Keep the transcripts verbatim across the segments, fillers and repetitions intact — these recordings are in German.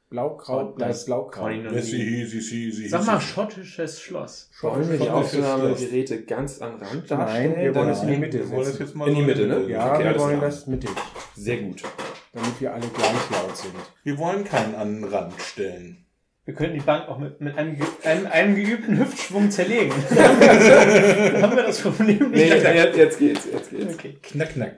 Blaukraut, da ist Blaukraut. Sie, sie, sie, sie, Sag mal, schottisches Schloss. Wollen wir die Aufnahmegeräte ganz am Rand darstellen? Nein, wir wollen es in die Mitte setzen. In die Mitte, ne? Ja, okay, wir wollen klar. das mittig. Sehr gut. Damit wir alle gleich laut sind. Wir wollen keinen an den Rand stellen. Wir könnten die Bank auch mit, mit einem, ge einem, einem geübten Hüftschwung zerlegen. Dann haben wir das Problem nicht. Nee, jetzt, jetzt geht's, jetzt geht's. Okay. Knack, knack.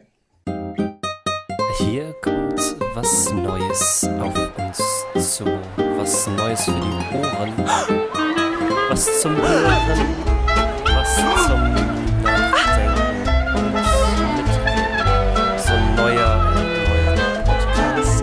Hier kommt was Neues auf uns zu. Was Neues für die Ohren. Was zum Hören. Was zum Nachdenken. Und mit so ein neuer, neuer Podcast.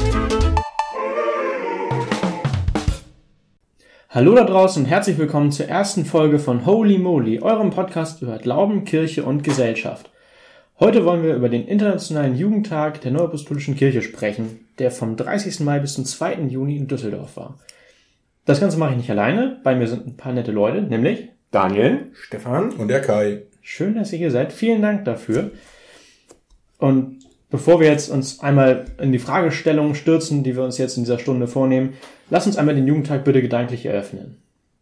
Hallo da draußen und herzlich willkommen zur ersten Folge von Holy Moly, eurem Podcast über Glauben, Kirche und Gesellschaft. Heute wollen wir über den Internationalen Jugendtag der Neuapostolischen Kirche sprechen, der vom dreißigsten Mai bis zum zweiten Juni in Düsseldorf war. Das Ganze mache ich nicht alleine, bei mir sind ein paar nette Leute, nämlich Daniel, Stefan und der Kai. Schön, dass ihr hier seid. Vielen Dank dafür. Und bevor wir jetzt uns einmal in die Fragestellungen stürzen, die wir uns jetzt in dieser Stunde vornehmen, lasst uns einmal den Jugendtag bitte gedanklich eröffnen.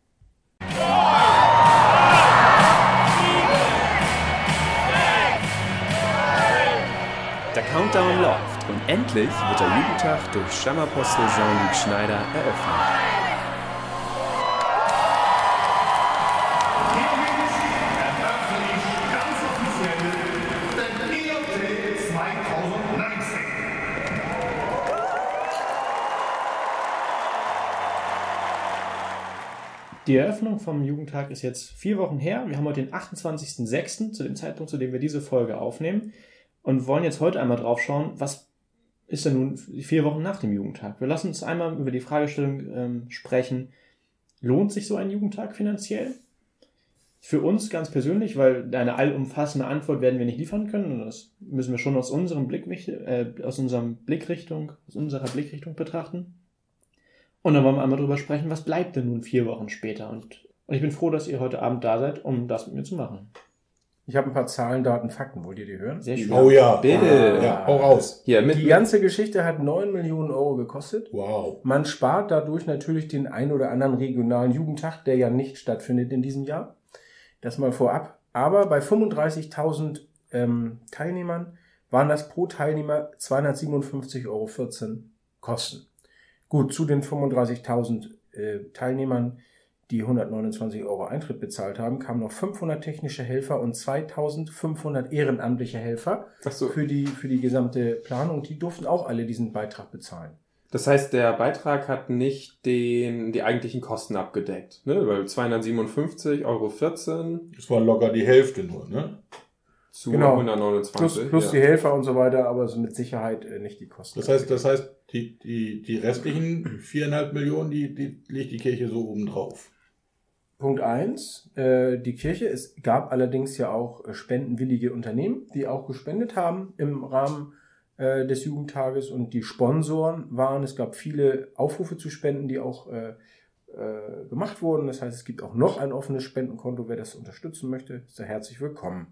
Der Countdown läuft und endlich wird der Jugendtag durch Stammapostel Jean-Luc Schneider eröffnet. Die Eröffnung vom Jugendtag ist jetzt vier Wochen her. Wir haben heute den achtundzwanzigsten sechsten zu dem Zeitpunkt, zu dem wir diese Folge aufnehmen. Und wollen jetzt heute einmal drauf schauen, was ist denn nun vier Wochen nach dem Jugendtag? Wir lassen uns einmal über die Fragestellung ähm, sprechen, lohnt sich so ein Jugendtag finanziell? Für uns ganz persönlich, weil eine allumfassende Antwort werden wir nicht liefern können. Und das müssen wir schon aus unserem Blick, äh, aus unserem Blickrichtung, aus unserer Blickrichtung betrachten. Und dann wollen wir einmal drüber sprechen, was bleibt denn nun vier Wochen später? Und, und ich bin froh, dass ihr heute Abend da seid, um das mit mir zu machen. Ich habe ein paar Zahlen, Daten, Fakten. Wollt ihr die hören? Sehr schön. Oh ja. Bitte. Ah, ja, hau raus. Hier, mit, Die ganze Geschichte hat neun Millionen Euro gekostet. Wow. Man spart dadurch natürlich den ein oder anderen regionalen Jugendtag, der ja nicht stattfindet in diesem Jahr. Das mal vorab. Aber bei fünfunddreißigtausend ähm, Teilnehmern waren das pro Teilnehmer zweihundertsiebenundfünfzig Euro vierzehn Kosten. Gut, zu den fünfunddreißigtausend äh, Teilnehmern, die hundertneunundzwanzig Euro Eintritt bezahlt haben, kamen noch fünfhundert technische Helfer und zweitausendfünfhundert ehrenamtliche Helfer Ach so. für die, für die gesamte Planung. Die durften auch alle diesen Beitrag bezahlen. Das heißt, der Beitrag hat nicht den, die eigentlichen Kosten abgedeckt, ne? Weil zweihundertsiebenundfünfzig Euro vierzehn Das war locker die Hälfte nur, ne? zu Genau. hundertneunundzwanzig. Plus, plus ja. die Helfer und so weiter, aber so mit Sicherheit äh, nicht die Kosten. Das heißt, das heißt, die, die, die restlichen viereinhalb Millionen, die, die legt die Kirche so oben drauf. Punkt eins, äh, die Kirche, es gab allerdings ja auch äh, spendenwillige Unternehmen, die auch gespendet haben im Rahmen äh, des Jugendtages und die Sponsoren waren, es gab viele Aufrufe zu spenden, die auch äh, äh, gemacht wurden. Das heißt, es gibt auch noch ein offenes Spendenkonto, wer das unterstützen möchte, ist da herzlich willkommen.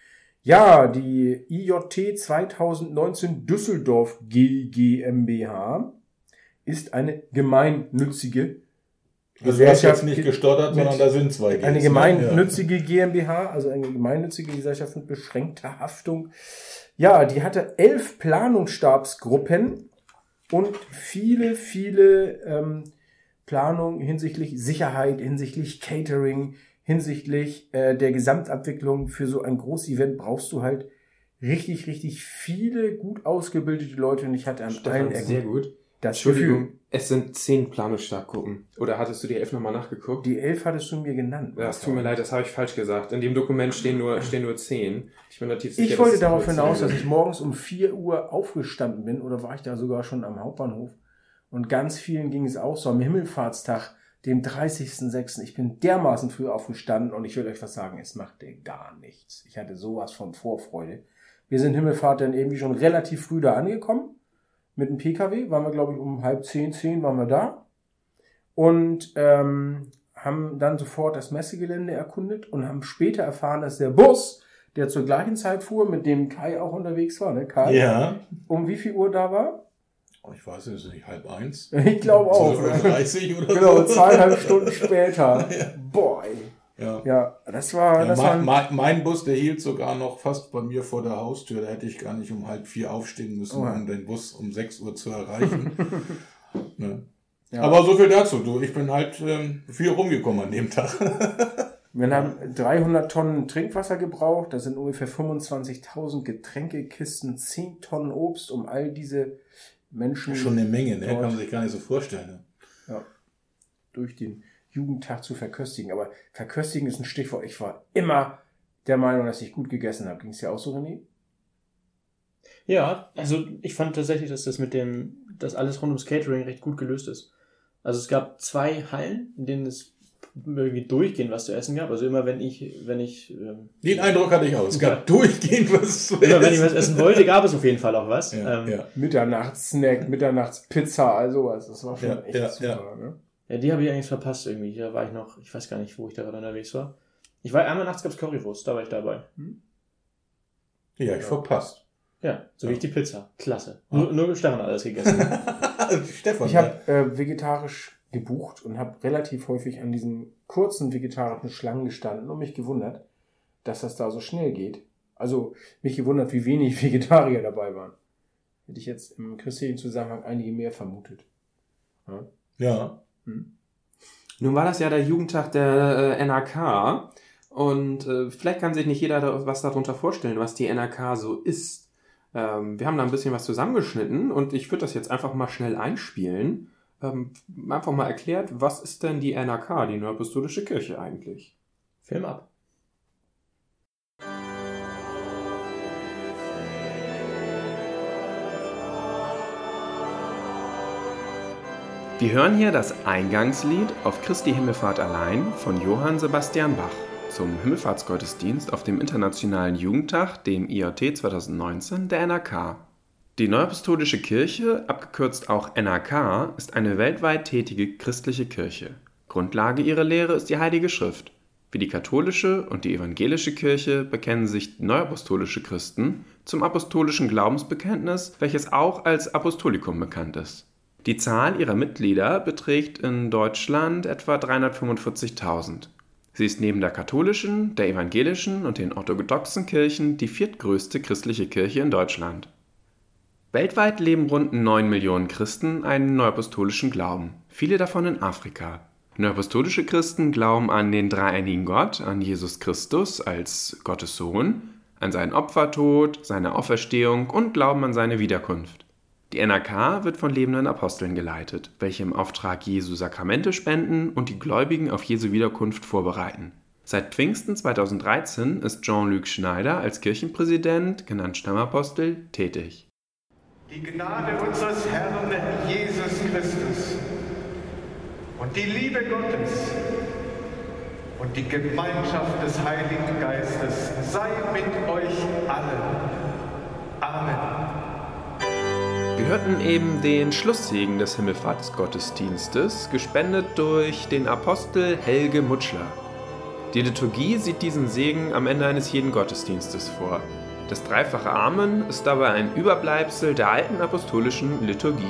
Ja, die I J T zweitausendneunzehn Düsseldorf G GmbH ist eine gemeinnützige Also du hast jetzt nicht gestottert, sondern da sind zwei Gs. Eine ne? gemeinnützige GmbH, also eine gemeinnützige Gesellschaft mit beschränkter Haftung. Ja, die hatte elf Planungsstabsgruppen und viele, viele ähm, Planungen hinsichtlich Sicherheit, hinsichtlich Catering, hinsichtlich äh, der Gesamtabwicklung. Für so ein Großevent brauchst du halt richtig, richtig viele gut ausgebildete Leute und ich hatte an Stefan, allen sehr Ecken gut. das Gefühl. Entschuldigung, es sind zehn Planungsstabgruppen. Oder hattest du die elf nochmal nachgeguckt? Die elf hattest du mir genannt. Ja, es tut mir leid, das habe ich falsch gesagt. In dem Dokument stehen nur, stehen nur zehn. Ich bin relativ sicher, Ich wollte dass es darauf nur hinaus, zehn dass ich morgens um vier Uhr aufgestanden bin, oder war ich da sogar schon am Hauptbahnhof. Und ganz vielen ging es auch so am Himmelfahrtstag, dem dreißigsten sechsten Ich bin dermaßen früh aufgestanden und ich will euch was sagen, es machte gar nichts. Ich hatte sowas von Vorfreude. Wir sind Himmelfahrt dann irgendwie schon relativ früh da angekommen. Mit dem P K W waren wir, glaube ich, um halb zehn, zehn waren wir da. Und ähm, haben dann sofort das Messegelände erkundet und haben später erfahren, dass der Bus, der zur gleichen Zeit fuhr, mit dem Kai auch unterwegs war, ne Kai? Ja. Um wie viel Uhr da war? Ich weiß nicht, ist es nicht halb eins? Ich glaube auch. zwölf Uhr dreißig oder genau, so. zweieinhalb Stunden später. Ja. Boah, ey. Ja. Ja, das war... Ja, das mein, war mein, mein Bus, der hielt sogar noch fast bei mir vor der Haustür. Da hätte ich gar nicht um halb vier aufstehen müssen, Oh. um den Bus um sechs Uhr zu erreichen. Ne? ja. Aber so viel dazu. Du, ich bin halt ähm, viel rumgekommen an dem Tag. Wir haben dreihundert Tonnen Trinkwasser gebraucht, das sind ungefähr fünfundzwanzigtausend Getränkekisten, zehn Tonnen Obst, um all diese Menschen Schon eine Menge, ne? dort, Kann man sich gar nicht so vorstellen. Ne? ja, durch den Jugendtag zu verköstigen. Aber verköstigen ist ein Stichwort. Ich war immer der Meinung, dass ich gut gegessen habe. Ging es dir auch so, René? Ja, also ich fand tatsächlich, dass das mit dem, dass alles rund ums Catering recht gut gelöst ist. Also es gab zwei Hallen, in denen es irgendwie durchgehend was zu essen gab. Also immer wenn ich, wenn ich, ähm, Den Eindruck hatte ich auch. Es gab Ja. durchgehend was zu essen. immer wenn ich was essen wollte, gab es auf jeden Fall auch was. Ja, ähm, ja. Mitternachtssnack, Mitternachtspizza, all sowas. Das war schon Ja, echt ja, super. ja. Ne? Ja, die habe ich eigentlich verpasst irgendwie. Da war ich noch, ich weiß gar nicht, wo ich da gerade unterwegs war. Ich war einmal nachts gab's Currywurst, da war ich dabei. Ja, ich verpasst. Ja, so wie ich die Pizza. Klasse. Ja. Nur, nur Stefan hat alles gegessen. Stefan, Ich habe äh, vegetarisch gebucht und habe relativ häufig an diesen kurzen vegetarischen Schlangen gestanden und mich gewundert, dass das da so schnell geht. Also mich gewundert, wie wenig Vegetarier dabei waren. Hätte ich jetzt im christlichen Zusammenhang einige mehr vermutet. Ja. ja. Hm. Nun war das ja der Jugendtag der äh, N A K und äh, vielleicht kann sich nicht jeder da, was darunter vorstellen, was die N A K so ist. Ähm, wir haben da ein bisschen was zusammengeschnitten und ich würde das jetzt einfach mal schnell einspielen. Ähm, einfach mal erklärt, was ist denn die N A K, die Neuapostolische Kirche eigentlich? Film ab. Wir hören hier das Eingangslied auf Christi Himmelfahrt allein von Johann Sebastian Bach zum Himmelfahrtsgottesdienst auf dem Internationalen Jugendtag, dem I J T zwanzig neunzehn der N A K. Die Neuapostolische Kirche, abgekürzt auch N A K, ist eine weltweit tätige christliche Kirche. Grundlage ihrer Lehre ist die Heilige Schrift. Wie die katholische und die evangelische Kirche bekennen sich neuapostolische Christen zum apostolischen Glaubensbekenntnis, welches auch als Apostolikum bekannt ist. Die Zahl ihrer Mitglieder beträgt in Deutschland etwa dreihundertfünfundvierzigtausend. Sie ist neben der katholischen, der evangelischen und den orthodoxen Kirchen die viertgrößte christliche Kirche in Deutschland. Weltweit leben rund neun Millionen Christen einen neuapostolischen Glauben, viele davon in Afrika. Neuapostolische Christen glauben an den dreieinigen Gott, an Jesus Christus als Gottes Sohn, an seinen Opfertod, seine Auferstehung und glauben an seine Wiederkunft. Die N A K wird von lebenden Aposteln geleitet, welche im Auftrag Jesu Sakramente spenden und die Gläubigen auf Jesu Wiederkunft vorbereiten. Seit Pfingsten zweitausenddreizehn ist Jean-Luc Schneider als Kirchenpräsident, genannt Stammapostel, tätig. Die Gnade unseres Herrn Jesus Christus und die Liebe Gottes und die Gemeinschaft des Heiligen Geistes sei mit euch allen. Amen. Wir hörten eben den Schlusssegen des Himmelfahrtsgottesdienstes, gespendet durch den Apostel Helge Mutschler. Die Liturgie sieht diesen Segen am Ende eines jeden Gottesdienstes vor. Das dreifache Amen ist dabei ein Überbleibsel der alten apostolischen Liturgie.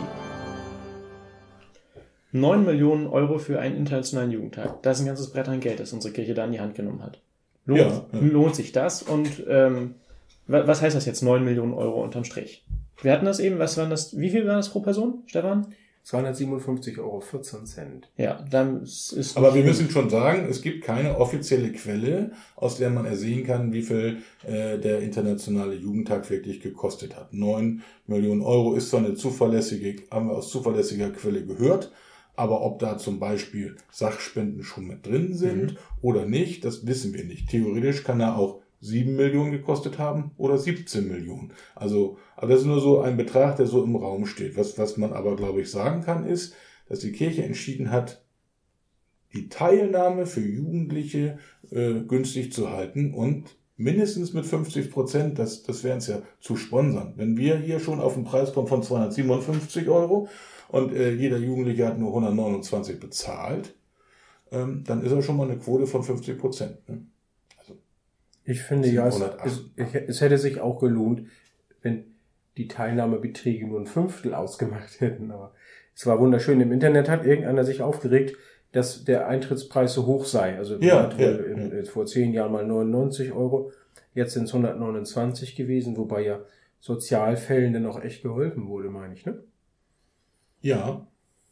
neun Millionen Euro für einen internationalen Jugendtag. Das ist ein ganzes Brett an Geld, das unsere Kirche da in die Hand genommen hat. Lohnt, Ja, ja. lohnt sich das? Und ähm, wa- was heißt das jetzt, neun Millionen Euro unterm Strich? Wir hatten das eben, was waren das, wie viel war das pro Person, Stefan? zweihundertsiebenundfünfzig Euro vierzehn Cent. Ja, dann ist... Aber wir müssen schon sagen, es gibt keine offizielle Quelle, aus der man ersehen kann, wie viel äh, der internationale Jugendtag wirklich gekostet hat. neun Millionen Euro ist zwar eine zuverlässige, haben wir aus zuverlässiger Quelle gehört, aber ob da zum Beispiel Sachspenden schon mit drin sind mhm. oder nicht, das wissen wir nicht. Theoretisch kann er auch sieben Millionen gekostet haben oder siebzehn Millionen. Also, aber das ist nur so ein Betrag, der so im Raum steht. Was, was man aber, glaube ich, sagen kann, ist, dass die Kirche entschieden hat, die Teilnahme für Jugendliche äh, günstig zu halten und mindestens mit fünfzig Prozent, das, das wären es ja, zu sponsern. Wenn wir hier schon auf den Preis kommen von zweihundertsiebenundfünfzig Euro und äh, jeder Jugendliche hat nur hundertneunundzwanzig bezahlt, ähm, dann ist er schon mal eine Quote von fünfzig Prozent. Ne? Ich finde ja, es, es, es hätte sich auch gelohnt, wenn die Teilnahmebeträge nur ein Fünftel ausgemacht hätten. Aber es war wunderschön. Im Internet hat irgendeiner sich aufgeregt, dass der Eintrittspreis so hoch sei. Also Ja, ja, in, in, vor zehn Jahren mal neunundneunzig Euro, jetzt sind es hundertneunundzwanzig gewesen, wobei ja Sozialfällen dann auch echt geholfen wurde, meine ich, ne? Ja.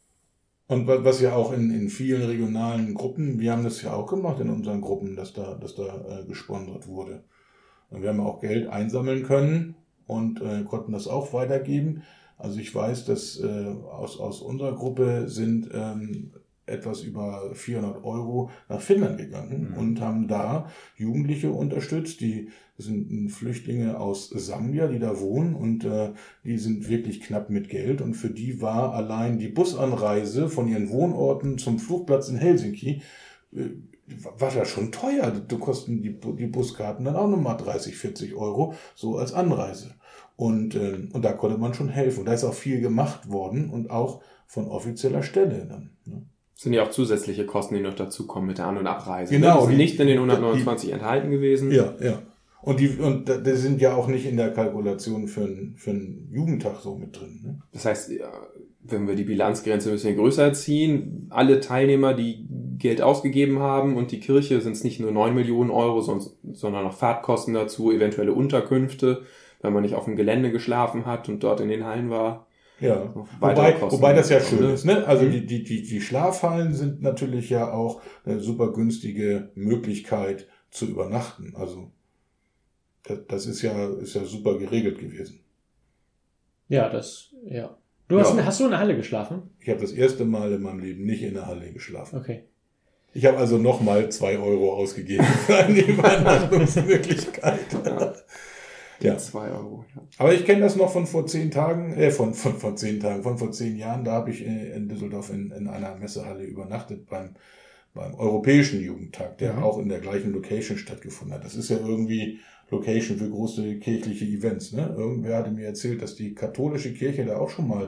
Und wa- was ja auch in, in vielen regionalen Gruppen, wir haben das ja auch gemacht in unseren Gruppen, dass da, dass da äh, gesponsert wurde. Und wir haben auch Geld einsammeln können und äh, konnten das auch weitergeben. Also ich weiß, dass äh, aus, aus unserer Gruppe sind ähm, etwas über vierhundert Euro nach Finnland gegangen Mhm. und haben da Jugendliche unterstützt, die das sind Flüchtlinge aus Sambia, die da wohnen und äh, die sind wirklich knapp mit Geld und für die war allein die Busanreise von ihren Wohnorten zum Flugplatz in Helsinki äh, war ja schon teuer. Da kosten die, die Buskarten dann auch nochmal dreißig, vierzig Euro, so als Anreise. Und, äh, und da konnte man schon helfen. Da ist auch viel gemacht worden und auch von offizieller Stelle dann. Ne? Das sind ja auch zusätzliche Kosten, die noch dazukommen mit der An- und Abreise. Genau, Die sind die- nicht in den hundertneunundzwanzig enthalten gewesen. Ja, ja. Und die und da- die sind ja auch nicht in der Kalkulation für einen für einen Jugendtag so mit drin. Ne? Das heißt, ja, wenn wir die Bilanzgrenze ein bisschen größer ziehen, alle Teilnehmer, die Geld ausgegeben haben und die Kirche, sind es nicht nur neun Millionen Euro, sonst, sondern noch Fahrtkosten dazu, eventuelle Unterkünfte, wenn man nicht auf dem Gelände geschlafen hat und dort in den Hallen war. Ja. Noch weitere Wobei, Kosten. wobei das ja schön Ne? ist. Ne? Also Mhm. die, die, die, die Schlafhallen sind natürlich ja auch eine super günstige Möglichkeit zu übernachten. Also das, das ist ja ist ja super geregelt gewesen. Ja, das, ja. Du hast, Ja. hast du in der Halle geschlafen? Ich habe das erste Mal in meinem Leben nicht in der Halle geschlafen. Okay. Ich habe also nochmal zwei Euro ausgegeben für eine Übernachtungsmöglichkeit. Ja. Ja. Zwei Euro, ja. Aber ich kenne das noch von vor zehn Tagen, äh, von, von, von zehn Tagen, von vor zehn Jahren. Da habe ich in, in Düsseldorf in, in einer Messehalle übernachtet beim, beim Europäischen Jugendtag, der Mhm. auch in der gleichen Location stattgefunden hat. Das ist ja irgendwie Location für große kirchliche Events. Ne? Irgendwer hatte mir erzählt, dass die katholische Kirche da auch schon mal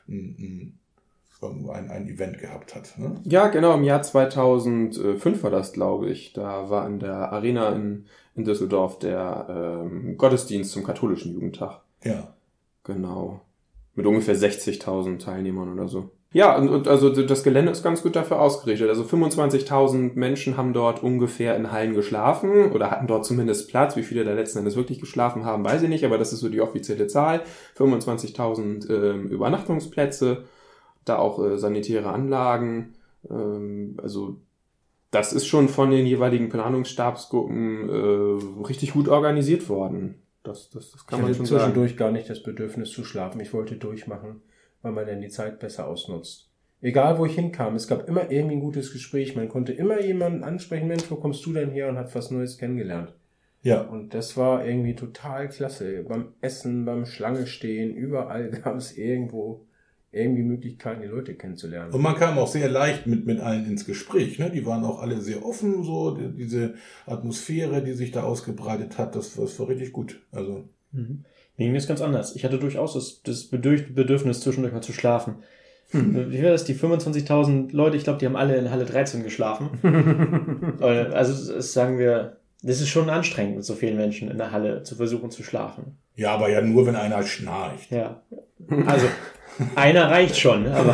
ein, ein, ein, ein Event gehabt hat. Ne? Ja, genau, im Jahr zweitausendfünf war das, glaube ich. Da war in der Arena in, in Düsseldorf der ähm, Gottesdienst zum katholischen Jugendtag. Ja. Genau. Mit ungefähr sechzigtausend Teilnehmern oder so. Ja, und, und also das Gelände ist ganz gut dafür ausgerichtet. Also fünfundzwanzigtausend Menschen haben dort ungefähr in Hallen geschlafen oder hatten dort zumindest Platz. Wie viele da letzten Endes wirklich geschlafen haben, weiß ich nicht, aber das ist so die offizielle Zahl. fünfundzwanzigtausend ähm, Übernachtungsplätze, da auch äh, sanitäre Anlagen. Ähm, also das ist schon von den jeweiligen Planungsstabsgruppen äh, richtig gut organisiert worden. Das, das, das kann Ich man hatte schon sagen. zwischendurch gar nicht das Bedürfnis zu schlafen. Ich wollte durchmachen, weil man dann die Zeit besser ausnutzt. Egal, wo ich hinkam, es gab immer irgendwie ein gutes Gespräch. Man konnte immer jemanden ansprechen, Mensch, wo kommst du denn her? Und hat was Neues kennengelernt. Ja. Und das war irgendwie total klasse. Beim Essen, beim Schlange stehen, überall gab es irgendwo irgendwie Möglichkeiten, die Leute kennenzulernen. Und man kam auch sehr leicht mit, mit allen ins Gespräch. Ne? Die waren auch alle sehr offen, so die, diese Atmosphäre, die sich da ausgebreitet hat, das, das war richtig gut. Also Mhm. Mir ging das ganz anders. Ich hatte durchaus das, das Bedürf- Bedürfnis, zwischendurch mal zu schlafen. Hm. Wie war das? Die fünfundzwanzigtausend Leute, ich glaube, die haben alle in Halle dreizehn geschlafen. Also das sagen wir, das ist schon anstrengend, mit so vielen Menschen in der Halle zu versuchen zu schlafen. ja, aber ja nur, wenn einer schnarcht. Ja. Also einer reicht schon, aber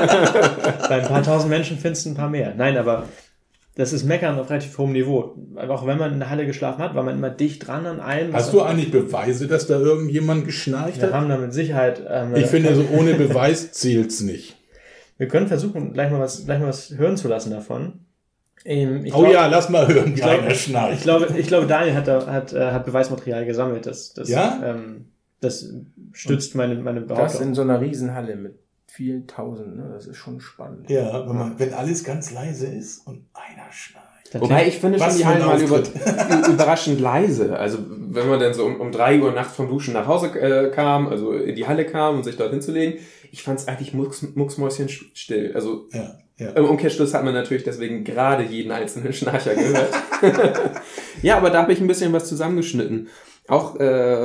bei ein paar tausend Menschen findest du ein paar mehr. Nein, aber das ist Meckern auf relativ hohem Niveau. Auch wenn man in der Halle geschlafen hat, war man immer dicht dran an allem. Hast du eigentlich Beweise, dass da irgendjemand geschnarcht Wir hat? haben da mit Sicherheit... Ähm, Ich finde, so ohne Beweis zählt's nicht. Wir können versuchen, gleich mal was, gleich mal was hören zu lassen davon. Ähm, ich Oh glaub- ja, lass mal hören, wie ich glaube, einer schnarcht. ich glaube, ich glaube, Daniel hat, da, hat, äh, hat Beweismaterial gesammelt. Das, das, Ja? ähm, das stützt meine, meine Das Behauptung. in so einer Riesenhalle mit vielen Tausend, ne? Das ist schon spannend. Ja, wenn, man, wenn alles ganz leise ist und einer schnarcht. Wobei ich finde schon Was die für ein Hallen mal über, Auftritt. überraschend leise. Also wenn man dann so um, um drei Uhr nachts vom Duschen nach Hause äh, kam, also in die Halle kam und sich dort hinzulegen, ich fand es eigentlich mucks, mucksmäuschen still. Also Ja, ja. im Umkehrschluss hat man natürlich deswegen gerade jeden einzelnen Schnarcher gehört. Ja, aber da habe ich ein bisschen was zusammengeschnitten. Auch,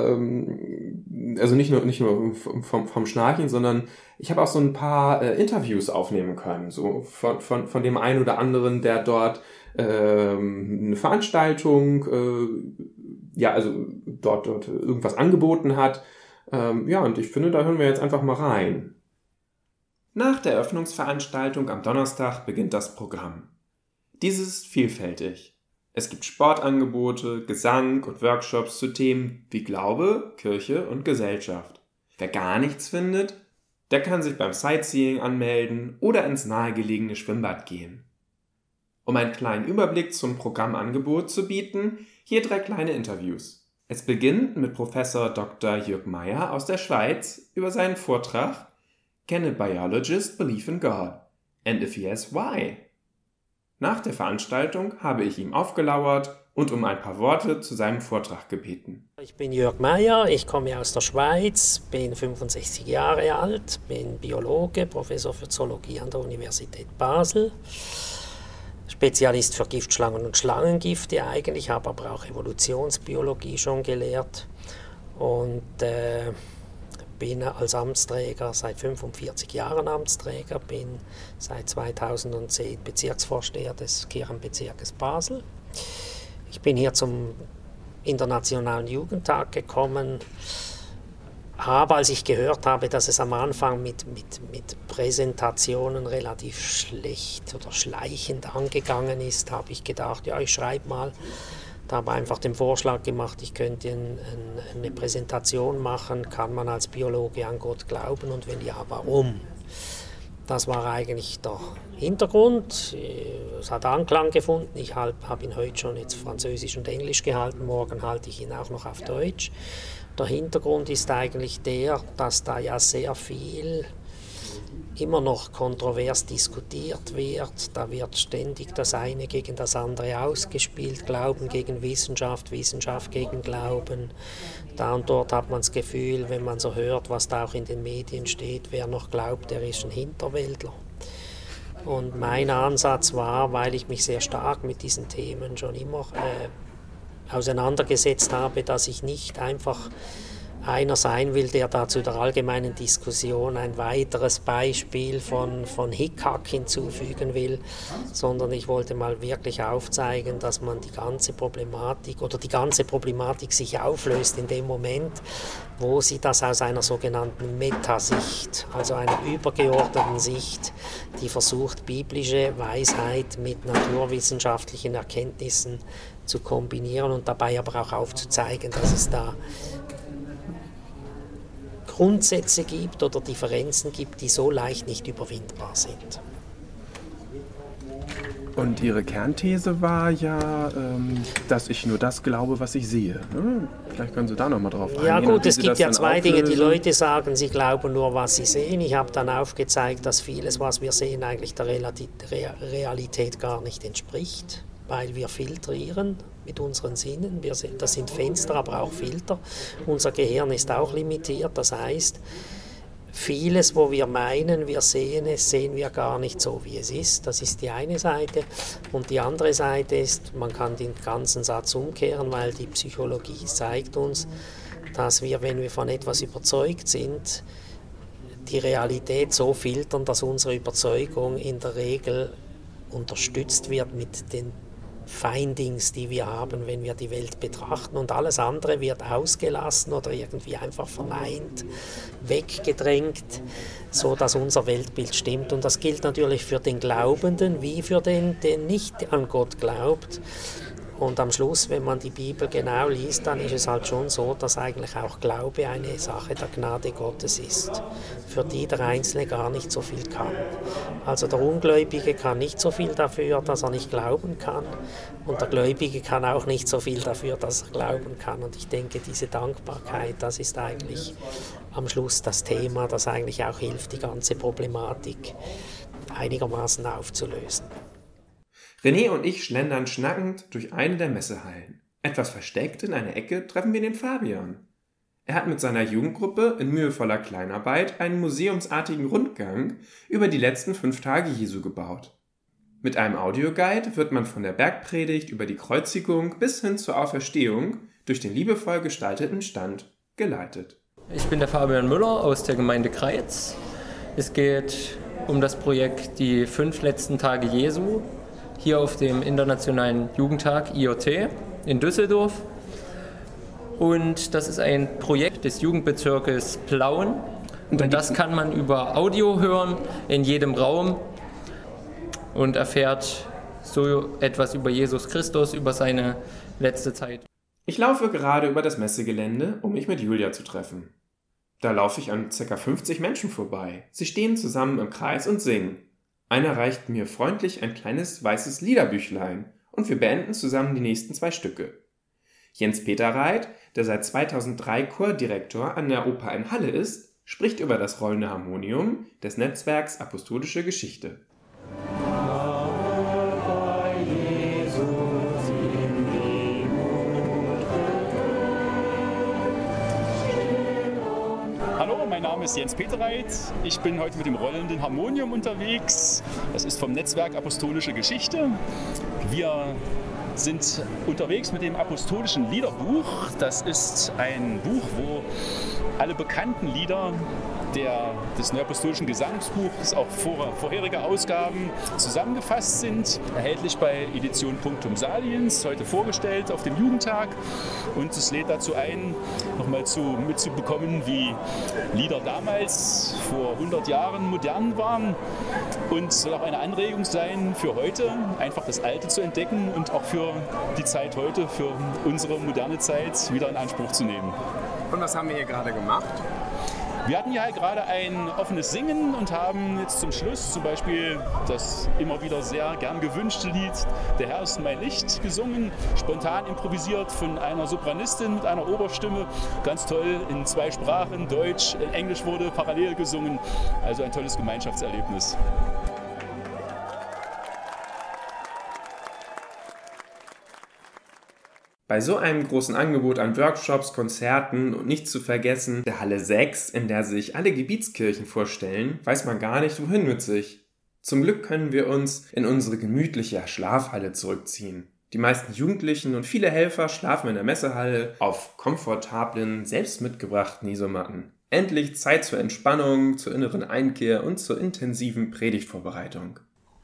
ähm, also nicht nur nicht nur vom, vom Schnarchen, sondern ich habe auch so ein paar äh, Interviews aufnehmen können, so von, von, von dem einen oder anderen, der dort ähm, eine Veranstaltung, äh, ja, also dort, dort irgendwas angeboten hat. Ähm, ja, und ich finde, da hören wir jetzt einfach mal rein. Nach der Eröffnungsveranstaltung am Donnerstag beginnt das Programm. Dieses ist vielfältig. Es gibt Sportangebote, Gesang und Workshops zu Themen wie Glaube, Kirche und Gesellschaft. Wer gar nichts findet, der kann sich beim Sightseeing anmelden oder ins nahegelegene Schwimmbad gehen. Um einen kleinen Überblick zum Programmangebot zu bieten, hier drei kleine Interviews. Es beginnt mit Professor Doktor Jörg Meyer aus der Schweiz über seinen Vortrag Can a Biologist Believe in God? And if yes, why? Nach der Veranstaltung habe ich ihm aufgelauert und um ein paar Worte zu seinem Vortrag gebeten. Ich bin Jörg Meyer, ich komme aus der Schweiz, bin fünfundsechzig Jahre alt, bin Biologe, Professor für Zoologie an der Universität Basel, Spezialist für Giftschlangen und Schlangengifte eigentlich, habe aber auch Evolutionsbiologie schon gelehrt und äh, bin als Amtsträger seit fünfundvierzig Jahren Amtsträger, bin seit zweitausendzehn Bezirksvorsteher des Kirchenbezirkes Basel. Ich bin hier zum Internationalen Jugendtag gekommen, habe, als ich gehört habe, dass es am Anfang mit, mit, mit Präsentationen relativ schlecht oder schleichend angegangen ist, habe ich gedacht, ja, ich schreibe mal. Da habe ich einfach den Vorschlag gemacht, ich könnte ein, ein, eine Präsentation machen, kann man als Biologe an Gott glauben und wenn ja, warum? Das war eigentlich der Hintergrund. Es hat Anklang gefunden. Ich habe ihn heute schon jetzt Französisch und Englisch gehalten, morgen halte ich ihn auch noch auf Deutsch. Der Hintergrund ist eigentlich der, dass da ja sehr viel immer noch kontrovers diskutiert wird. Da wird ständig das eine gegen das andere ausgespielt, Glauben gegen Wissenschaft, Wissenschaft gegen Glauben. Da und dort hat man das Gefühl, wenn man so hört, was da auch in den Medien steht, wer noch glaubt, der ist ein Hinterwäldler. Und mein Ansatz war, weil ich mich sehr stark mit diesen Themen schon immer äh, auseinandergesetzt habe, dass ich nicht einfach einer sein will, der da zu der allgemeinen Diskussion ein weiteres Beispiel von, von Hickhack hinzufügen will, sondern ich wollte mal wirklich aufzeigen, dass man die ganze Problematik oder die ganze Problematik sich auflöst in dem Moment, wo sie das aus einer sogenannten Metasicht, also einer übergeordneten Sicht, die versucht, biblische Weisheit mit naturwissenschaftlichen Erkenntnissen zu kombinieren und dabei aber auch aufzuzeigen, dass es da Grundsätze gibt oder Differenzen gibt, die so leicht nicht überwindbar sind. Und Ihre Kernthese war ja, ähm, dass ich nur das glaube, was ich sehe. Hm? Vielleicht können Sie da noch mal drauf eingehen. Ja gut, es gibt ja zwei Dinge. Die Leute sagen, sie glauben nur, was sie sehen. Ich habe dann aufgezeigt, dass vieles, was wir sehen, eigentlich der Realität gar nicht entspricht, weil wir filtrieren mit unseren Sinnen. Wir sind, das sind Fenster, aber auch Filter. Unser Gehirn ist auch limitiert. Das heißt, vieles, wo wir meinen, wir sehen es, sehen wir gar nicht so, wie es ist. Das ist die eine Seite. Und die andere Seite ist, man kann den ganzen Satz umkehren, weil die Psychologie zeigt uns, dass wir, wenn wir von etwas überzeugt sind, die Realität so filtern, dass unsere Überzeugung in der Regel unterstützt wird mit den Findings, die wir haben, wenn wir die Welt betrachten, und alles andere wird ausgelassen oder irgendwie einfach verneint, weggedrängt, so dass unser Weltbild stimmt. Und das gilt natürlich für den Glaubenden wie für den, der nicht an Gott glaubt. Und am Schluss, wenn man die Bibel genau liest, dann ist es halt schon so, dass eigentlich auch Glaube eine Sache der Gnade Gottes ist, für die der Einzelne gar nicht so viel kann. Also der Ungläubige kann nicht so viel dafür, dass er nicht glauben kann, und der Gläubige kann auch nicht so viel dafür, dass er glauben kann. Und ich denke, diese Dankbarkeit, das ist eigentlich am Schluss das Thema, das eigentlich auch hilft, die ganze Problematik einigermaßen aufzulösen. René und ich schlendern schnackend durch eine der Messehallen. Etwas versteckt in einer Ecke treffen wir den Fabian. Er hat mit seiner Jugendgruppe in mühevoller Kleinarbeit einen museumsartigen Rundgang über die letzten fünf Tage Jesu gebaut. Mit einem Audioguide wird man von der Bergpredigt über die Kreuzigung bis hin zur Auferstehung durch den liebevoll gestalteten Stand geleitet. Ich bin der Fabian Müller aus der Gemeinde Kreiz. Es geht um das Projekt Die fünf letzten Tage Jesu, hier auf dem Internationalen Jugendtag I O T in Düsseldorf. Und das ist ein Projekt, des Jugendbezirkes Plauen. Und das kann man über Audio hören in jedem Raum und erfährt so etwas über Jesus Christus, über seine letzte Zeit. Ich laufe gerade über das Messegelände, um mich mit Julia zu treffen. Da laufe ich an ca. fünfzig Menschen vorbei. Sie stehen zusammen im Kreis und singen. Einer reicht mir freundlich ein kleines weißes Liederbüchlein und wir beenden zusammen die nächsten zwei Stücke. Jens-Peter Reit, der seit zweitausenddrei Chordirektor an der Oper in Halle ist, spricht über das rollende Harmonium des Netzwerks Apostolische Geschichte. Hallo, mein Name ist Jens-Peter Reit. Ich bin heute mit dem rollenden Harmonium unterwegs. Das ist vom Netzwerk Apostolische Geschichte. Wir sind unterwegs mit dem Apostolischen Liederbuch. Das ist ein Buch, wo alle bekannten Lieder der, des Neuapostolischen Gesangsbuchs, auch vor, vorherige Ausgaben zusammengefasst sind. Erhältlich bei Edition Punctum Saliens, heute vorgestellt auf dem Jugendtag. Und es lädt dazu ein, nochmal zu, mitzubekommen, wie Lieder damals vor hundert Jahren modern waren. Und es soll auch eine Anregung sein für heute, einfach das Alte zu entdecken und auch für die Zeit heute, für unsere moderne Zeit wieder in Anspruch zu nehmen. Und was haben wir hier gerade gemacht? Wir hatten hier halt gerade ein offenes Singen und haben jetzt zum Schluss zum Beispiel das immer wieder sehr gern gewünschte Lied Der Herr ist mein Licht gesungen, spontan improvisiert von einer Sopranistin mit einer Oberstimme, ganz toll in zwei Sprachen, Deutsch, Englisch wurde parallel gesungen, also ein tolles Gemeinschaftserlebnis. Bei so einem großen Angebot an Workshops, Konzerten und nicht zu vergessen der Halle sechs, in der sich alle Gebietskirchen vorstellen, weiß man gar nicht, wohin mit sich. Zum Glück können wir uns in unsere gemütliche Schlafhalle zurückziehen. Die meisten Jugendlichen und viele Helfer schlafen in der Messehalle auf komfortablen, selbst mitgebrachten Isomatten. Endlich Zeit zur Entspannung, zur inneren Einkehr und zur intensiven Predigtvorbereitung.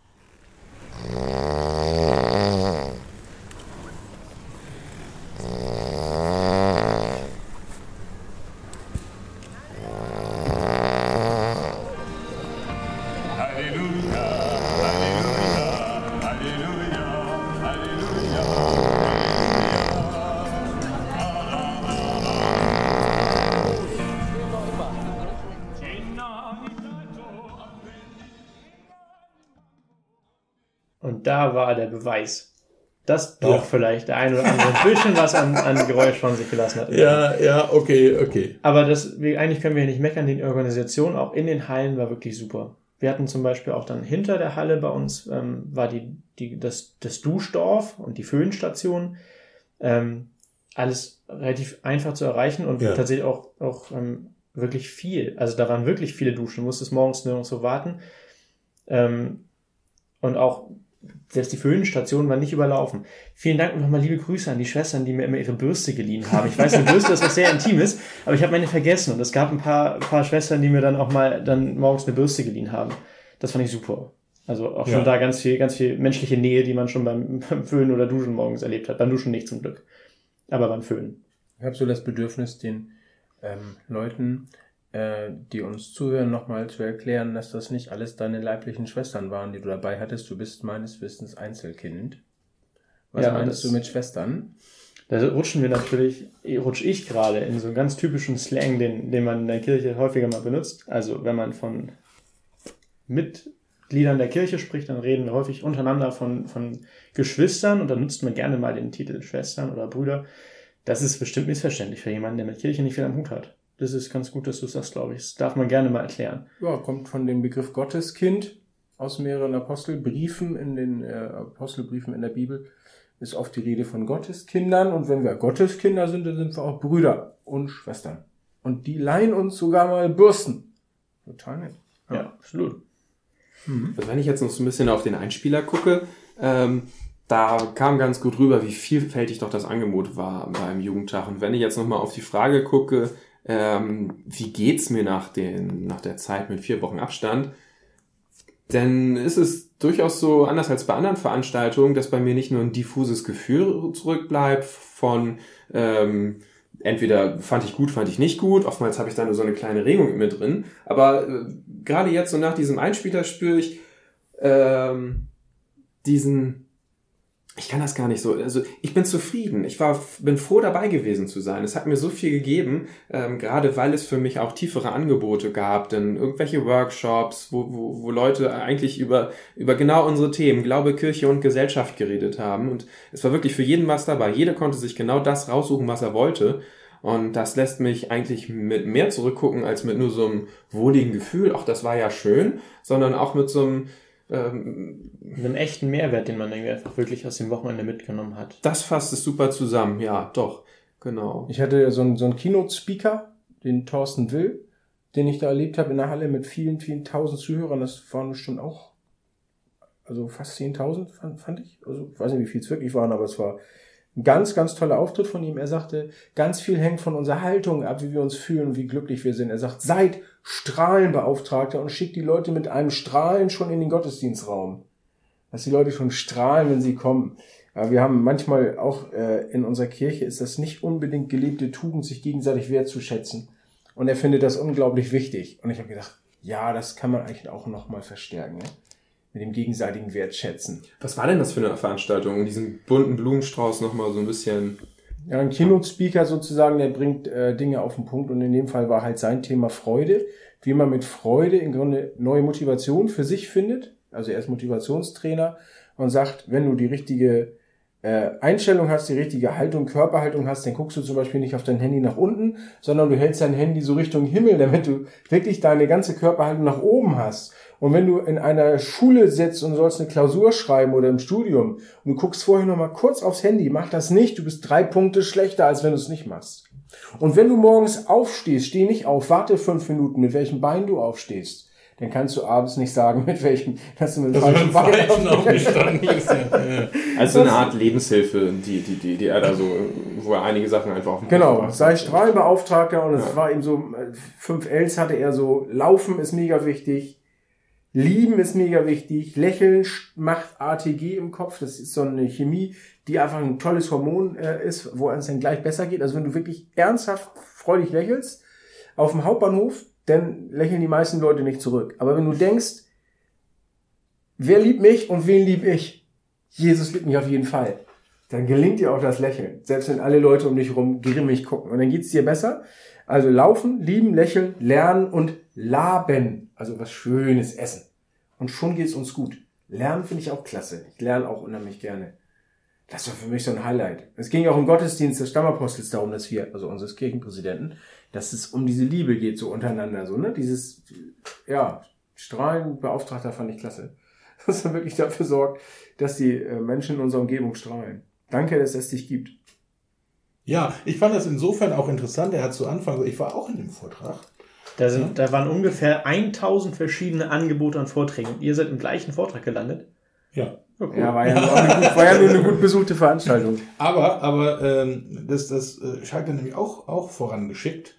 Und da war der Beweis, dass doch ja. vielleicht der ein oder andere ein bisschen was an, an Geräusch von sich gelassen hat. Ja, ja, okay, okay. Aber das, wir, eigentlich können wir hier nicht meckern, die Organisation auch in den Hallen war wirklich super. Wir hatten zum Beispiel auch dann hinter der Halle bei uns, ähm, war die, die, das, das Duschdorf und die Föhnstation. Ähm, alles relativ einfach zu erreichen und ja. tatsächlich auch, auch ähm, wirklich viel. Also da waren wirklich viele Duschen, du musstest morgens nirgends so warten. Ähm, und auch selbst die Föhnstation war nicht überlaufen. Vielen Dank und nochmal liebe Grüße an die Schwestern, die mir immer ihre Bürste geliehen haben. Ich weiß, eine Bürste ist was sehr Intimes, aber ich habe meine vergessen und es gab ein paar, paar Schwestern, die mir dann auch mal dann morgens eine Bürste geliehen haben. Das fand ich super. Also auch schon ja. da ganz viel, ganz viel menschliche Nähe, die man schon beim, beim Föhnen oder Duschen morgens erlebt hat. Beim Duschen nicht zum Glück, aber beim Föhnen. Ich habe so das Bedürfnis, den ähm, Leuten, äh, die uns zuhören, nochmal zu erklären, dass das nicht alles deine leiblichen Schwestern waren, die du dabei hattest. Du bist meines Wissens Einzelkind. Was ja, meinst du mit Schwestern? Da rutschen wir natürlich, rutsche ich gerade in so einen ganz typischen Slang, den, den man in der Kirche häufiger mal benutzt. Also wenn man von Mitgliedern der Kirche spricht, dann reden wir häufig untereinander von, von Geschwistern und dann nutzt man gerne mal den Titel Schwestern oder Brüder. Das ist bestimmt missverständlich für jemanden, der mit Kirche nicht viel am Hut hat. Das ist ganz gut, dass du es sagst, glaube ich. Das darf man gerne mal erklären. Ja, kommt von dem Begriff Gotteskind aus mehreren Apostelbriefen. In den äh, Apostelbriefen in der Bibel ist oft die Rede von Gotteskindern. Und wenn wir Gotteskinder sind, dann sind wir auch Brüder und Schwestern. Und die leihen uns sogar mal Bürsten. Total nett. Ja, ja absolut. Mhm. Also wenn ich jetzt noch so ein bisschen auf den Einspieler gucke, ähm, da kam ganz gut rüber, wie vielfältig doch das Angebot war beim Jugendtag. Und wenn ich jetzt nochmal auf die Frage gucke, ähm, wie geht's mir nach, den, nach der Zeit mit vier Wochen Abstand, dann ist es durchaus so, anders als bei anderen Veranstaltungen, dass bei mir nicht nur ein diffuses Gefühl zurückbleibt von ähm, entweder fand ich gut, fand ich nicht gut. Oftmals habe ich da nur so eine kleine Regung mit drin. Aber äh, gerade jetzt so nach diesem Einspieler spüre ich ähm, diesen, ich kann das gar nicht so, also ich bin zufrieden. Ich war, bin froh dabei gewesen zu sein. Es hat mir so viel gegeben, ähm, gerade weil es für mich auch tiefere Angebote gab, denn irgendwelche Workshops, wo, wo, wo Leute eigentlich über, über genau unsere Themen, Glaube, Kirche und Gesellschaft geredet haben. Und es war wirklich für jeden was dabei. Jeder konnte sich genau das raussuchen, was er wollte. Und das lässt mich eigentlich mit mehr zurückgucken, als mit nur so einem wohligen Gefühl, ach, das war ja schön, sondern auch mit so einem ähm, einem echten Mehrwert, den man irgendwie einfach wirklich aus dem Wochenende mitgenommen hat. Das fasst es super zusammen, ja, doch, genau. Ich hatte so einen, so einen Keynote-Speaker, den Thorsten Will, den ich da erlebt habe in der Halle mit vielen, vielen tausend Zuhörern. Das waren bestimmt auch, also fast zehntausend fand, fand ich. Also ich weiß nicht, wie viel es wirklich waren, aber es war ein ganz, ganz toller Auftritt von ihm. Er sagte, ganz viel hängt von unserer Haltung ab, wie wir uns fühlen und wie glücklich wir sind. Er sagt, seid Strahlenbeauftragter und schickt die Leute mit einem Strahlen schon in den Gottesdienstraum. Dass die Leute schon strahlen, wenn sie kommen. Aber wir haben manchmal auch äh, in unserer Kirche ist das nicht unbedingt gelebte Tugend, sich gegenseitig wertzuschätzen. Und er findet das unglaublich wichtig. Und ich habe gedacht, ja, das kann man eigentlich auch nochmal verstärken, ne? Mit dem gegenseitigen Wertschätzen. Was war denn das für eine Veranstaltung, um diesen bunten Blumenstrauß nochmal so ein bisschen... Ja, ein Keynote-Speaker sozusagen, der bringt äh, Dinge auf den Punkt und in dem Fall war halt sein Thema Freude, wie man mit Freude im Grunde neue Motivation für sich findet. Also er ist Motivationstrainer und sagt, wenn du die richtige äh, Einstellung hast, die richtige Haltung, Körperhaltung hast, dann guckst du zum Beispiel nicht auf dein Handy nach unten, sondern du hältst dein Handy so Richtung Himmel, damit du wirklich deine ganze Körperhaltung nach oben hast. Und wenn du in einer Schule sitzt und sollst eine Klausur schreiben oder im Studium und du guckst vorher noch mal kurz aufs Handy, mach das nicht, du bist drei Punkte schlechter, als wenn du es nicht machst. Und wenn du morgens aufstehst, steh nicht auf, warte fünf Minuten, mit welchem Bein du aufstehst. Dann kannst du abends nicht sagen, mit welchem, dass du mit dem falschen Bein aufgestanden bist. Also eine Art Lebenshilfe, die, die, die, die er da so, wo er einige Sachen einfach auf den Genau, sei Strahlenbeauftragter und es ja. war ihm so, fünf Ls hatte er so, Laufen ist mega wichtig, Lieben ist mega wichtig, Lächeln macht A T G im Kopf, das ist so eine Chemie, die einfach ein tolles Hormon äh, ist, wo es dann gleich besser geht. Also wenn du wirklich ernsthaft freudig lächelst, auf dem Hauptbahnhof, dann lächeln die meisten Leute nicht zurück. Aber wenn du denkst, wer liebt mich und wen lieb ich? Jesus liebt mich auf jeden Fall. Dann gelingt dir auch das Lächeln, selbst wenn alle Leute um dich rum grimmig gucken. Und dann geht's dir besser. Also laufen, lieben, lächeln, lernen und laben. Also was Schönes essen. Und schon geht's uns gut. Lernen finde ich auch klasse. Ich lerne auch unheimlich gerne. Das war für mich so ein Highlight. Es ging auch im Gottesdienst des Stammapostels darum, dass wir, also unseres Kirchenpräsidenten, dass es um diese Liebe geht, so untereinander, so, ne? Dieses, ja, Strahlenbeauftragter fand ich klasse. Dass er wirklich dafür sorgt, dass die Menschen in unserer Umgebung strahlen. Danke, dass es dich gibt. Ja, ich fand das insofern auch interessant. Er hat zu Anfang, ich war auch in dem Vortrag. Da, sind, ja. da waren ungefähr tausend verschiedene Angebote an Vorträgen. Und ihr seid im gleichen Vortrag gelandet? Ja. Oh, cool. Ja, war ja, nur eine gut, war ja nur eine gut besuchte Veranstaltung. Aber, aber ähm, das, das äh, Schalk hat nämlich auch, auch vorangeschickt.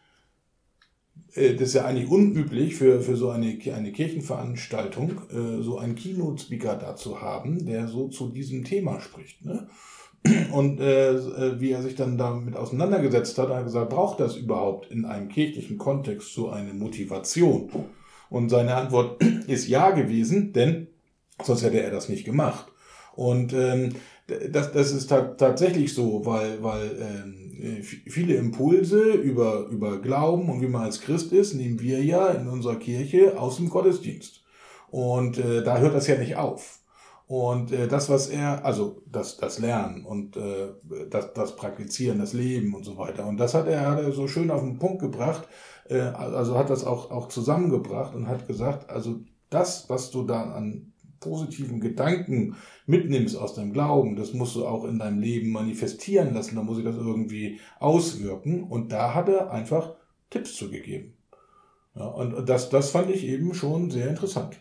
Äh, das ist ja eigentlich unüblich für, für so eine, eine Kirchenveranstaltung, äh, so einen Keynote-Speaker da zu haben, der so zu diesem Thema spricht, ne? Und äh, wie er sich dann damit auseinandergesetzt hat, hat er gesagt, braucht das überhaupt in einem kirchlichen Kontext so eine Motivation? Und seine Antwort ist ja gewesen, denn sonst hätte er das nicht gemacht. Und ähm, das, das ist ta- tatsächlich so, weil, weil ähm, viele Impulse über, über Glauben und wie man als Christ ist, nehmen wir ja in unserer Kirche aus dem Gottesdienst. Und äh, da hört das ja nicht auf. Und äh, das, was er, also das, das Lernen und äh, das, das Praktizieren, das Leben und so weiter. Und das hat er, hat er so schön auf den Punkt gebracht, äh, also hat das auch, auch zusammengebracht und hat gesagt, also das, was du da an positiven Gedanken mitnimmst aus deinem Glauben, das musst du auch in deinem Leben manifestieren lassen, da muss ich das irgendwie auswirken. Und da hat er einfach Tipps zugegeben. Ja, und das, das fand ich eben schon sehr interessant.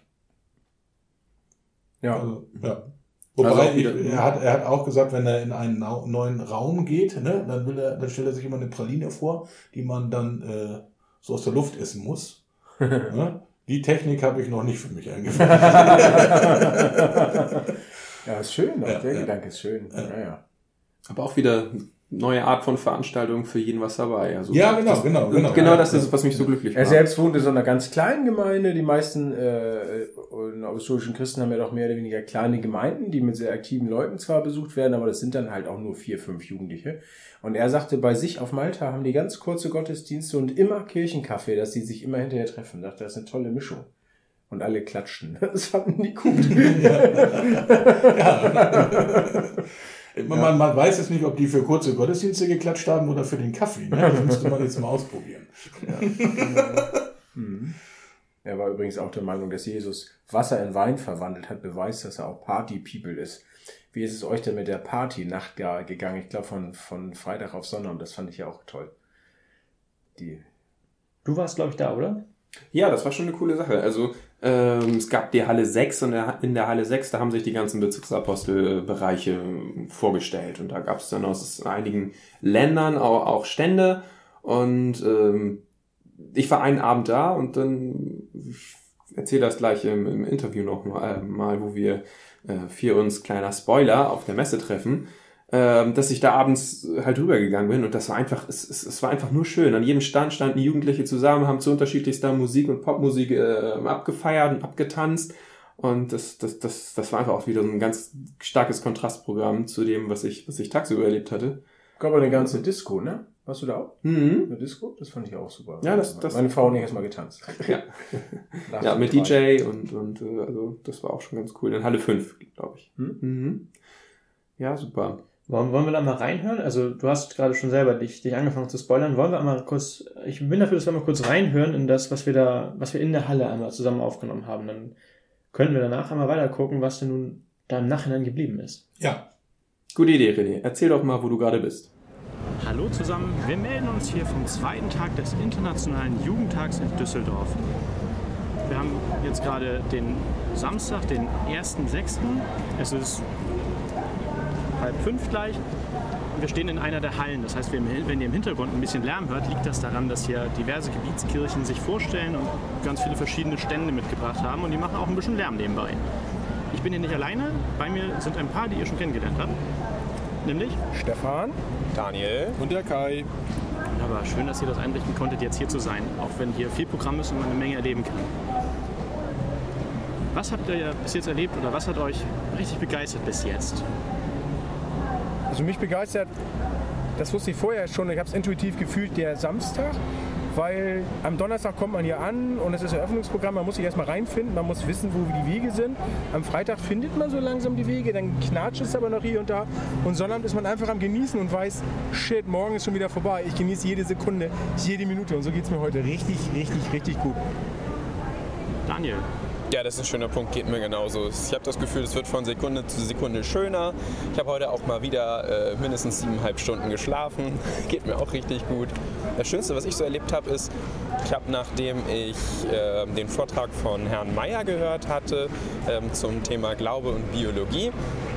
Ja. Also, ja. Wobei, also ich, er, hat, er hat auch gesagt, wenn er in einen neuen Raum geht, ne, dann will er, dann stellt er sich immer eine Praline vor, die man dann äh, so aus der Luft essen muss. Ne? Die Technik habe ich noch nicht für mich eingeführt. Ja, ist schön, auch ja, der ja. Gedanke ist schön. Ja. Ja, ja. Aber auch wieder neue Art von Veranstaltung, für jeden was dabei. Also ja, genau, das, genau, genau. Genau das ist, was mich so glücklich macht. Er selbst wohnt in so einer ganz kleinen Gemeinde. Die meisten äh, apostolischen Christen haben ja doch mehr oder weniger kleine Gemeinden, die mit sehr aktiven Leuten zwar besucht werden, aber das sind dann halt auch nur vier, fünf Jugendliche. Und er sagte, bei sich auf Malta haben die ganz kurze Gottesdienste und immer Kirchenkaffee, dass sie sich immer hinterher treffen. Ich dachte, das ist eine tolle Mischung. Und alle klatschten. Das fanden die gut. Ja. Ja. Man, man, man weiß jetzt nicht, ob die für kurze Gottesdienste geklatscht haben oder für den Kaffee. Ne? Das müsste man jetzt mal ausprobieren. Ja. Mhm. Er war übrigens auch der Meinung, dass Jesus Wasser in Wein verwandelt hat, beweist, dass er auch Party-People ist. Wie ist es euch denn mit der Party-Nacht gegangen? Ich glaube, von, von Freitag auf Sonntag. Das fand ich ja auch toll. Die Du warst, glaube ich, da, oder? Ja, das war schon eine coole Sache. Also ähm, es gab die Halle sechs und in der Halle sechs, da haben sich die ganzen Bezirksapostelbereiche vorgestellt. Und da gab es dann aus einigen Ländern auch, auch Stände. Und ähm, ich war einen Abend da und dann, ich erzähle das gleich im, im Interview noch mal, äh, mal wo wir äh, für uns, kleiner Spoiler, auf der Messe treffen, dass ich da abends halt rübergegangen bin und das war einfach, es, es, es war einfach nur schön. An jedem Stand standen Jugendliche zusammen, haben zu unterschiedlichster Musik und Popmusik äh, abgefeiert und abgetanzt und das, das, das, das war einfach auch wieder so ein ganz starkes Kontrastprogramm zu dem, was ich, was ich tagsüber erlebt hatte. Gab aber eine ganze Disco, ne? Warst du da auch? Mhm. Eine Disco? Das fand ich auch super. Ja, das, das meine Frau und ich erstmal getanzt. Ja, ja mit D J und, und also das war auch schon ganz cool. In Halle fünf, glaube ich. Hm? Mhm. Ja, super. Wollen, wollen wir da mal reinhören? Also du hast gerade schon selber dich, dich angefangen zu spoilern. Wollen wir einmal kurz, ich bin dafür, dass wir mal kurz reinhören in das, was wir da, was wir in der Halle einmal zusammen aufgenommen haben. Dann können wir danach einmal weiter gucken, was denn nun da im Nachhinein geblieben ist. Ja. Gute Idee, René. Erzähl doch mal, wo du gerade bist. Hallo zusammen, wir melden uns hier vom zweiten Tag des Internationalen Jugendtags in Düsseldorf. Wir haben jetzt gerade den Samstag, den ersten sechsten Es ist halb fünf gleich. Wir stehen in einer der Hallen. Das heißt, wenn ihr im Hintergrund ein bisschen Lärm hört, liegt das daran, dass hier diverse Gebietskirchen sich vorstellen und ganz viele verschiedene Stände mitgebracht haben. Und die machen auch ein bisschen Lärm nebenbei. Ich bin hier nicht alleine. Bei mir sind ein paar, die ihr schon kennengelernt habt. Nämlich Stefan, Daniel und der Kai. Aber schön, dass ihr das einrichten konntet, jetzt hier zu sein. Auch wenn hier viel Programm ist und man eine Menge erleben kann. Was habt ihr bis jetzt erlebt oder was hat euch richtig begeistert bis jetzt? Also mich begeistert, das wusste ich vorher schon, ich habe es intuitiv gefühlt, der Samstag, weil am Donnerstag kommt man hier an und es ist Eröffnungsprogramm, man muss sich erstmal reinfinden, man muss wissen, wo die Wege sind. Am Freitag findet man so langsam die Wege, dann knatscht es aber noch hier und da und Sonnabend ist man einfach am Genießen und weiß, shit, morgen ist schon wieder vorbei. Ich genieße jede Sekunde, jede Minute und so geht es mir heute richtig, richtig, richtig gut. Daniel. Ja, das ist ein schöner Punkt, geht mir genauso. Ich habe das Gefühl, es wird von Sekunde zu Sekunde schöner. Ich habe heute auch mal wieder äh, mindestens siebeneinhalb Stunden geschlafen. Geht mir auch richtig gut. Das Schönste, was ich so erlebt habe, ist, ich habe, nachdem ich äh, den Vortrag von Herrn Meyer gehört hatte äh, zum Thema Glaube und Biologie,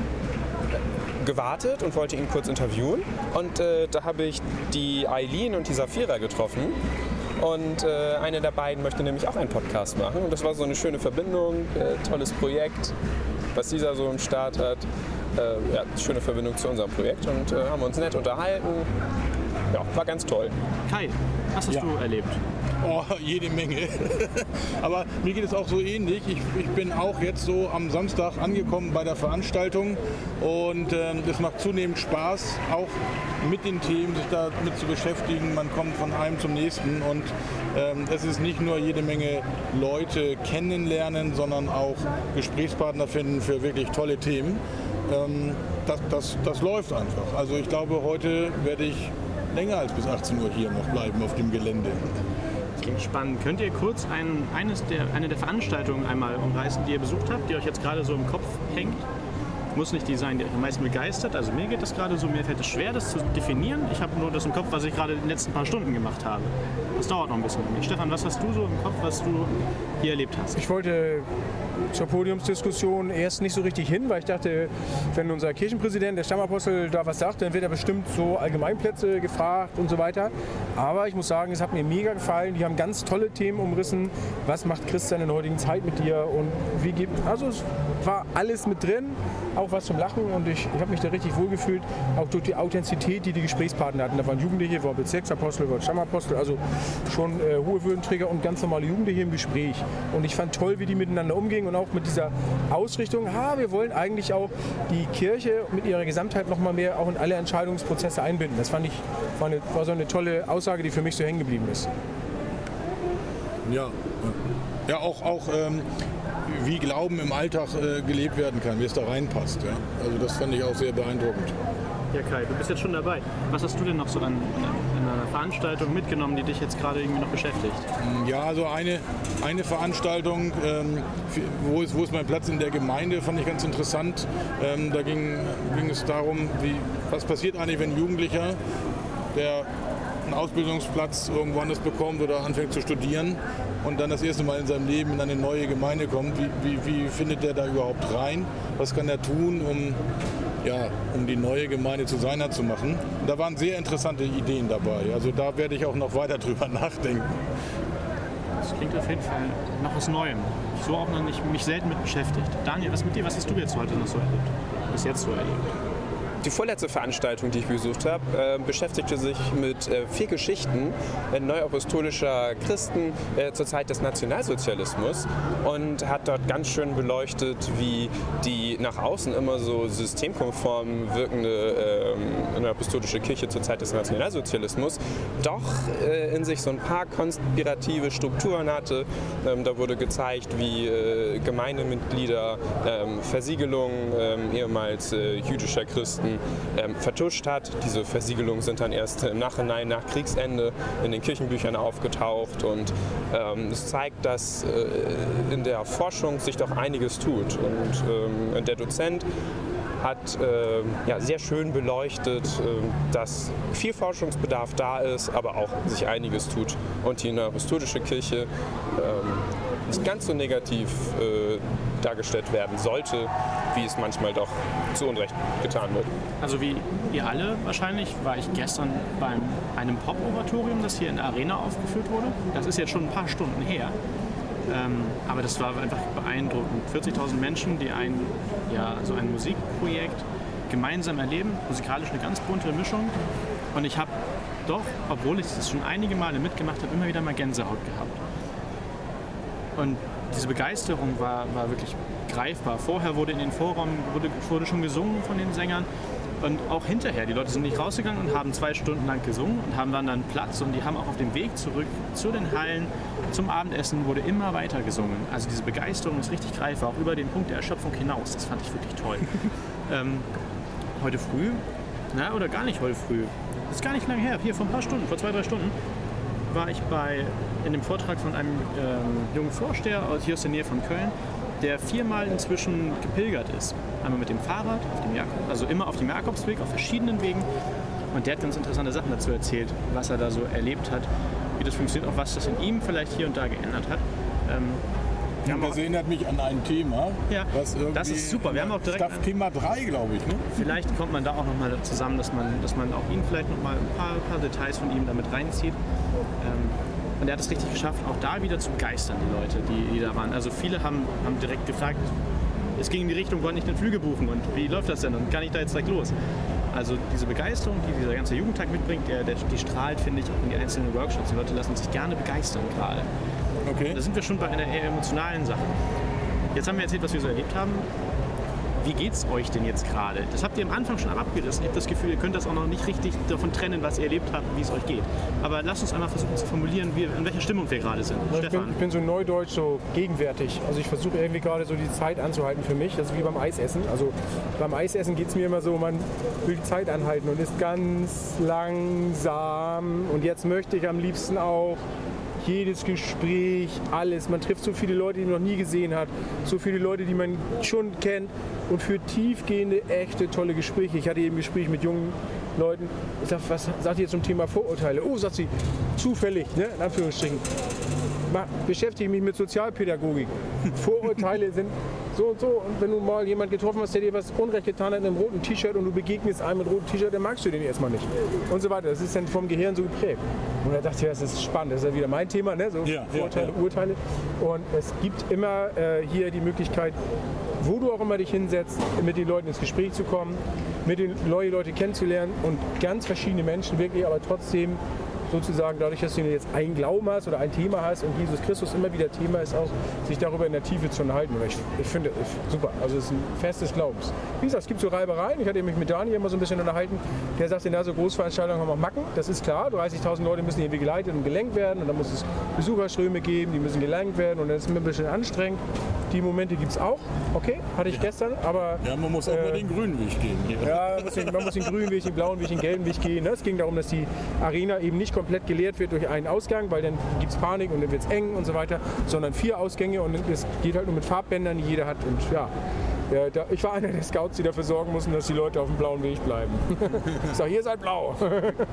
gewartet und wollte ihn kurz interviewen. Und äh, da habe ich die Eileen und die Safira getroffen. Und äh, eine der beiden möchte nämlich auch einen Podcast machen. Und das war so eine schöne Verbindung, äh, tolles Projekt, was dieser so im Start hat. Äh, ja, schöne Verbindung zu unserem Projekt und äh, haben uns nett unterhalten. Ja, war ganz toll. Kai, was hast ja. du erlebt? Oh, jede Menge. Aber mir geht es auch so ähnlich. Ich, ich bin auch jetzt so am Samstag angekommen bei der Veranstaltung und ähm, es macht zunehmend Spaß, auch mit den Themen sich damit zu beschäftigen. Man kommt von einem zum nächsten und ähm, es ist nicht nur jede Menge Leute kennenlernen, sondern auch Gesprächspartner finden für wirklich tolle Themen. Ähm, das, das, das läuft einfach. Also ich glaube, heute werde ich länger als bis achtzehn Uhr hier noch bleiben auf dem Gelände. Klingt spannend. Könnt ihr kurz ein, eines der, eine der Veranstaltungen einmal umreißen, die ihr besucht habt, die euch jetzt gerade so im Kopf hängt? Muss nicht die sein, die euch am meisten begeistert. Also mir geht das gerade so, mir fällt es schwer, das zu definieren. Ich habe nur das im Kopf, was ich gerade in den letzten paar Stunden gemacht habe. Das dauert noch ein bisschen. Stefan, was hast du so im Kopf, was du hier erlebt hast? Ich wollte zur Podiumsdiskussion erst nicht so richtig hin, weil ich dachte, wenn unser Kirchenpräsident, der Stammapostel, da was sagt, dann wird er bestimmt so Allgemeinplätze gefragt und so weiter. Aber ich muss sagen, es hat mir mega gefallen. Die haben ganz tolle Themen umrissen. Was macht Christian in der heutigen Zeit mit dir? Und wie gibt. Also es war alles mit drin, auch was zum Lachen. Und ich, ich habe mich da richtig wohl gefühlt, auch durch die Authentizität, die die Gesprächspartner hatten. Da waren Jugendliche, waren Bezirksapostel, waren Stammapostel, also schon äh, hohe Würdenträger und ganz normale Jugendliche im Gespräch. Und ich fand toll, wie die miteinander umgingen und auch mit dieser Ausrichtung, ha, wir wollen eigentlich auch die Kirche mit ihrer Gesamtheit noch mal mehr auch in alle Entscheidungsprozesse einbinden. Das fand ich, war, eine, war so eine tolle Aussage, die für mich so hängen geblieben ist. Ja, ja auch, auch ähm, wie Glauben im Alltag äh, gelebt werden kann, wie es da reinpasst. Ja? Also das fand ich auch sehr beeindruckend. Ja, Kai, du bist jetzt schon dabei. Was hast du denn noch so an, an einer Veranstaltung mitgenommen, die dich jetzt gerade irgendwie noch beschäftigt? Ja, also eine, eine Veranstaltung, ähm, wo, ist, wo ist mein Platz in der Gemeinde, fand ich ganz interessant. Ähm, da ging, ging es darum, wie, was passiert eigentlich, wenn ein Jugendlicher, der einen Ausbildungsplatz irgendwo anders bekommt oder anfängt zu studieren und dann das erste Mal in seinem Leben in eine neue Gemeinde kommt. Wie, wie, wie findet der da überhaupt rein? Was kann er tun, um, ja, um die neue Gemeinde zu seiner zu machen? Und da waren sehr interessante Ideen dabei. Also da werde ich auch noch weiter drüber nachdenken. Das klingt auf jeden Fall nach was Neuem. So auch noch nicht mich selten mit beschäftigt. Daniel, was mit dir? Was hast du jetzt heute noch so erlebt? Bis jetzt so erlebt? Die vorletzte Veranstaltung, die ich besucht habe, äh, beschäftigte sich mit äh, vier Geschichten äh, neuapostolischer Christen äh, zur Zeit des Nationalsozialismus und hat dort ganz schön beleuchtet, wie die nach außen immer so systemkonform wirkende äh, neuapostolische Kirche zur Zeit des Nationalsozialismus doch äh, in sich so ein paar konspirative Strukturen hatte. Ähm, da wurde gezeigt, wie äh, Gemeindemitglieder ähm, Versiegelungen ähm, ehemals äh, jüdischer Christen Ähm, vertuscht hat. Diese Versiegelungen sind dann erst im Nachhinein nach Kriegsende in den Kirchenbüchern aufgetaucht und ähm, es zeigt, dass äh, in der Forschung sich doch einiges tut. Und ähm, der Dozent hat äh, ja, sehr schön beleuchtet, äh, dass viel Forschungsbedarf da ist, aber auch sich einiges tut und die apostolische Kirche ähm, nicht ganz so negativ äh, dargestellt werden sollte, wie es manchmal doch zu Unrecht getan wird. Also wie ihr alle wahrscheinlich war ich gestern bei einem Pop-Oratorium, das hier in der Arena aufgeführt wurde. Das ist jetzt schon ein paar Stunden her. Ähm, aber das war einfach beeindruckend. vierzigtausend Menschen, die ein, ja, so ein Musikprojekt gemeinsam erleben, musikalisch eine ganz bunte Mischung. Und ich habe doch, obwohl ich das schon einige Male mitgemacht habe, immer wieder mal Gänsehaut gehabt. Und diese Begeisterung war, war wirklich greifbar. Vorher wurde in den Vorraum wurde, wurde schon gesungen von den Sängern und auch hinterher. Die Leute sind nicht rausgegangen und haben zwei Stunden lang gesungen und haben dann dann Platz und die haben auch auf dem Weg zurück zu den Hallen zum Abendessen wurde immer weiter gesungen. Also diese Begeisterung ist richtig greifbar, auch über den Punkt der Erschöpfung hinaus. Das fand ich wirklich toll. ähm, heute früh, na, oder gar nicht heute früh, das ist gar nicht lange her, hier vor ein paar Stunden, vor zwei, drei Stunden, war ich bei, in dem Vortrag von einem ähm, jungen Vorsteher aus, hier aus der Nähe von Köln, der viermal inzwischen gepilgert ist. Einmal mit dem Fahrrad, auf dem Jakob, also immer auf dem Jakobsweg, auf verschiedenen Wegen. Und der hat ganz interessante Sachen dazu erzählt, was er da so erlebt hat, wie das funktioniert, auch was das in ihm vielleicht hier und da geändert hat. Ähm, Ja, das erinnert mich an ein Thema, ja, was irgendwie das ist super. Wir haben auch direkt Staff Thema drei, glaube ich. Ne? Vielleicht kommt man da auch nochmal zusammen, dass man, dass man auch ihn vielleicht nochmal ein paar, paar Details von ihm damit reinzieht. Ähm, und er hat es richtig geschafft, auch da wieder zu begeistern, die Leute, die, die da waren. Also viele haben, haben direkt gefragt, es ging in die Richtung, wollen nicht den Flüge buchen und wie läuft das denn und kann ich da jetzt direkt los? Also diese Begeisterung, die dieser ganze Jugendtag mitbringt, der, der, die strahlt, finde ich, auch in die einzelnen Workshops. Die Leute lassen sich gerne begeistern gerade. Okay. Da sind wir schon bei einer eher emotionalen Sache. Jetzt haben wir erzählt, was wir so erlebt haben. Wie geht's euch denn jetzt gerade? Das habt ihr am Anfang schon abgerissen. Ich habe das Gefühl, ihr könnt das auch noch nicht richtig davon trennen, was ihr erlebt habt, wie es euch geht. Aber lasst uns einmal versuchen zu formulieren, wie, in welcher Stimmung wir gerade sind. Ich bin, ich bin so neudeutsch, so gegenwärtig. Also ich versuche irgendwie gerade so die Zeit anzuhalten für mich. Das ist wie beim Eisessen. Also beim Eisessen geht es mir immer so, man will die Zeit anhalten und ist ganz langsam. Und jetzt möchte ich am liebsten auch jedes Gespräch, alles. Man trifft so viele Leute, die man noch nie gesehen hat. So viele Leute, die man schon kennt. Und für tiefgehende, echte, tolle Gespräche. Ich hatte eben ein Gespräch mit jungen Leuten. Ich sag, was sagt ihr zum Thema Vorurteile? Oh, sagt sie, zufällig, ne? In Anführungsstrichen. Beschäftige mich mit Sozialpädagogik. Vorurteile sind so und so. Und wenn du mal jemanden getroffen hast, der dir was Unrecht getan hat in einem roten T-Shirt und du begegnest einem mit rotem T-Shirt, dann magst du den erstmal nicht. Und so weiter. Das ist dann vom Gehirn so geprägt. Und da dachte ich, das ist spannend. Das ist ja wieder mein Thema, ne? So ja, Vorurteile, ja, ja. Urteile. Und es gibt immer äh, hier die Möglichkeit, wo du auch immer dich hinsetzt, mit den Leuten ins Gespräch zu kommen, mit den neuen Leuten kennenzulernen und ganz verschiedene Menschen wirklich, aber trotzdem sozusagen dadurch, dass du jetzt einen Glauben hast oder ein Thema hast und Jesus Christus immer wieder Thema ist, auch sich darüber in der Tiefe zu unterhalten. Und ich, ich finde es super. Also es ist ein Fest des Glaubens. Wie gesagt, es gibt so Reibereien. Ich hatte mich mit Daniel immer so ein bisschen unterhalten. Der sagt, in der so Großveranstaltungen haben wir Macken. Das ist klar. dreißigtausend Leute müssen irgendwie geleitet und gelenkt werden. Und dann muss es Besucherströme geben, die müssen gelenkt werden. Und dann ist es mir ein bisschen anstrengend. Die Momente gibt es auch. Okay, hatte ich ja. gestern. Aber, ja, man muss auch äh, mal den grünen Weg gehen. Hier. Ja, man muss, den, man muss den grünen Weg, den blauen Weg, den gelben Weg gehen. Es ging darum, dass die Arena eben nicht komplett geleert wird durch einen Ausgang, weil dann gibt es Panik und dann wird es eng und so weiter, sondern vier Ausgänge und es geht halt nur mit Farbbändern, die jeder hat. Und ja, ja da, ich war einer der Scouts, die dafür sorgen mussten, dass die Leute auf dem blauen Weg bleiben. Ich sage, ihr seid blau. Genau.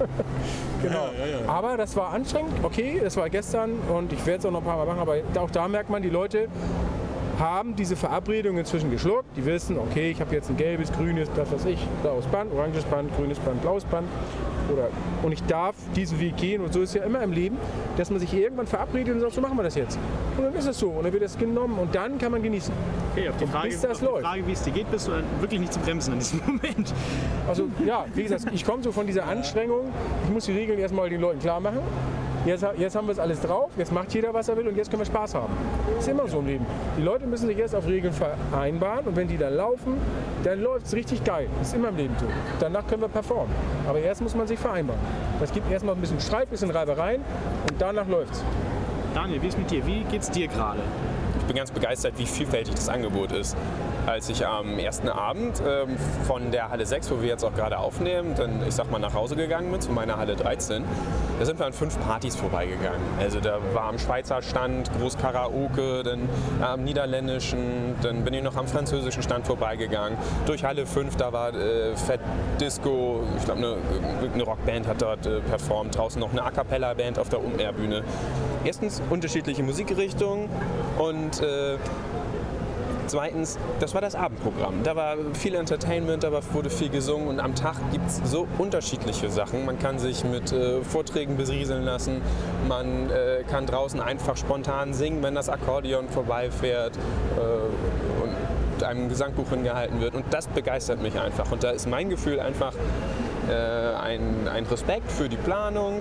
Ja, ja, ja. Aber das war anstrengend, okay, das war gestern und ich werde es auch noch ein paar Mal machen, aber auch da merkt man, die Leute haben diese Verabredung inzwischen geschluckt. Die wissen, okay, ich habe jetzt ein gelbes, grünes, das was ich, blaues Band, oranges Band, grünes Band, blaues Band. Oder, und ich darf diesen Weg gehen. Und so ist es ja immer im Leben, dass man sich irgendwann verabredet und sagt, so machen wir das jetzt. Und dann ist es so. Und dann wird es genommen. Und dann kann man genießen. Okay, auf die Frage, bis das auf die läuft. Frage, wie es dir geht, bist du wirklich nicht zu bremsen in diesem Moment. Also ja, wie gesagt, ich komme so von dieser Anstrengung. Ich muss die Regeln erstmal den Leuten klar machen. Jetzt, jetzt haben wir es alles drauf, jetzt macht jeder, was er will und jetzt können wir Spaß haben. Das ist immer so im Leben. Die Leute müssen sich erst auf Regeln vereinbaren und wenn die dann laufen, dann läuft es richtig geil. Das ist immer im Leben so. Danach können wir performen. Aber erst muss man sich vereinbaren. Es gibt erst mal ein bisschen Streit, ein bisschen Reibereien und danach läuft es. Daniel, wie ist mit dir? Wie geht's dir gerade? Ich bin ganz begeistert, wie vielfältig das Angebot ist. Als ich am ersten Abend ähm, von der Halle sechs, wo wir jetzt auch gerade aufnehmen, dann, ich sag mal, nach Hause gegangen bin, zu meiner Halle dreizehn, da sind wir an fünf Partys vorbeigegangen. Also da war am Schweizer Stand groß Karaoke, dann am niederländischen, dann bin ich noch am französischen Stand vorbeigegangen. Durch Halle fünf, da war äh, Fett Disco, ich glaube eine, eine Rockband hat dort äh, performt, draußen noch eine A-Cappella-Band auf der Open-Air-Bühne. Erstens unterschiedliche Musikrichtungen und äh, zweitens, das war das Abendprogramm. Da war viel Entertainment, da wurde viel gesungen und am Tag gibt es so unterschiedliche Sachen. Man kann sich mit äh, Vorträgen berieseln lassen, man äh, kann draußen einfach spontan singen, wenn das Akkordeon vorbeifährt äh, und einem Gesangbuch hingehalten wird und das begeistert mich einfach. Und da ist mein Gefühl einfach äh, ein, ein Respekt für die Planung,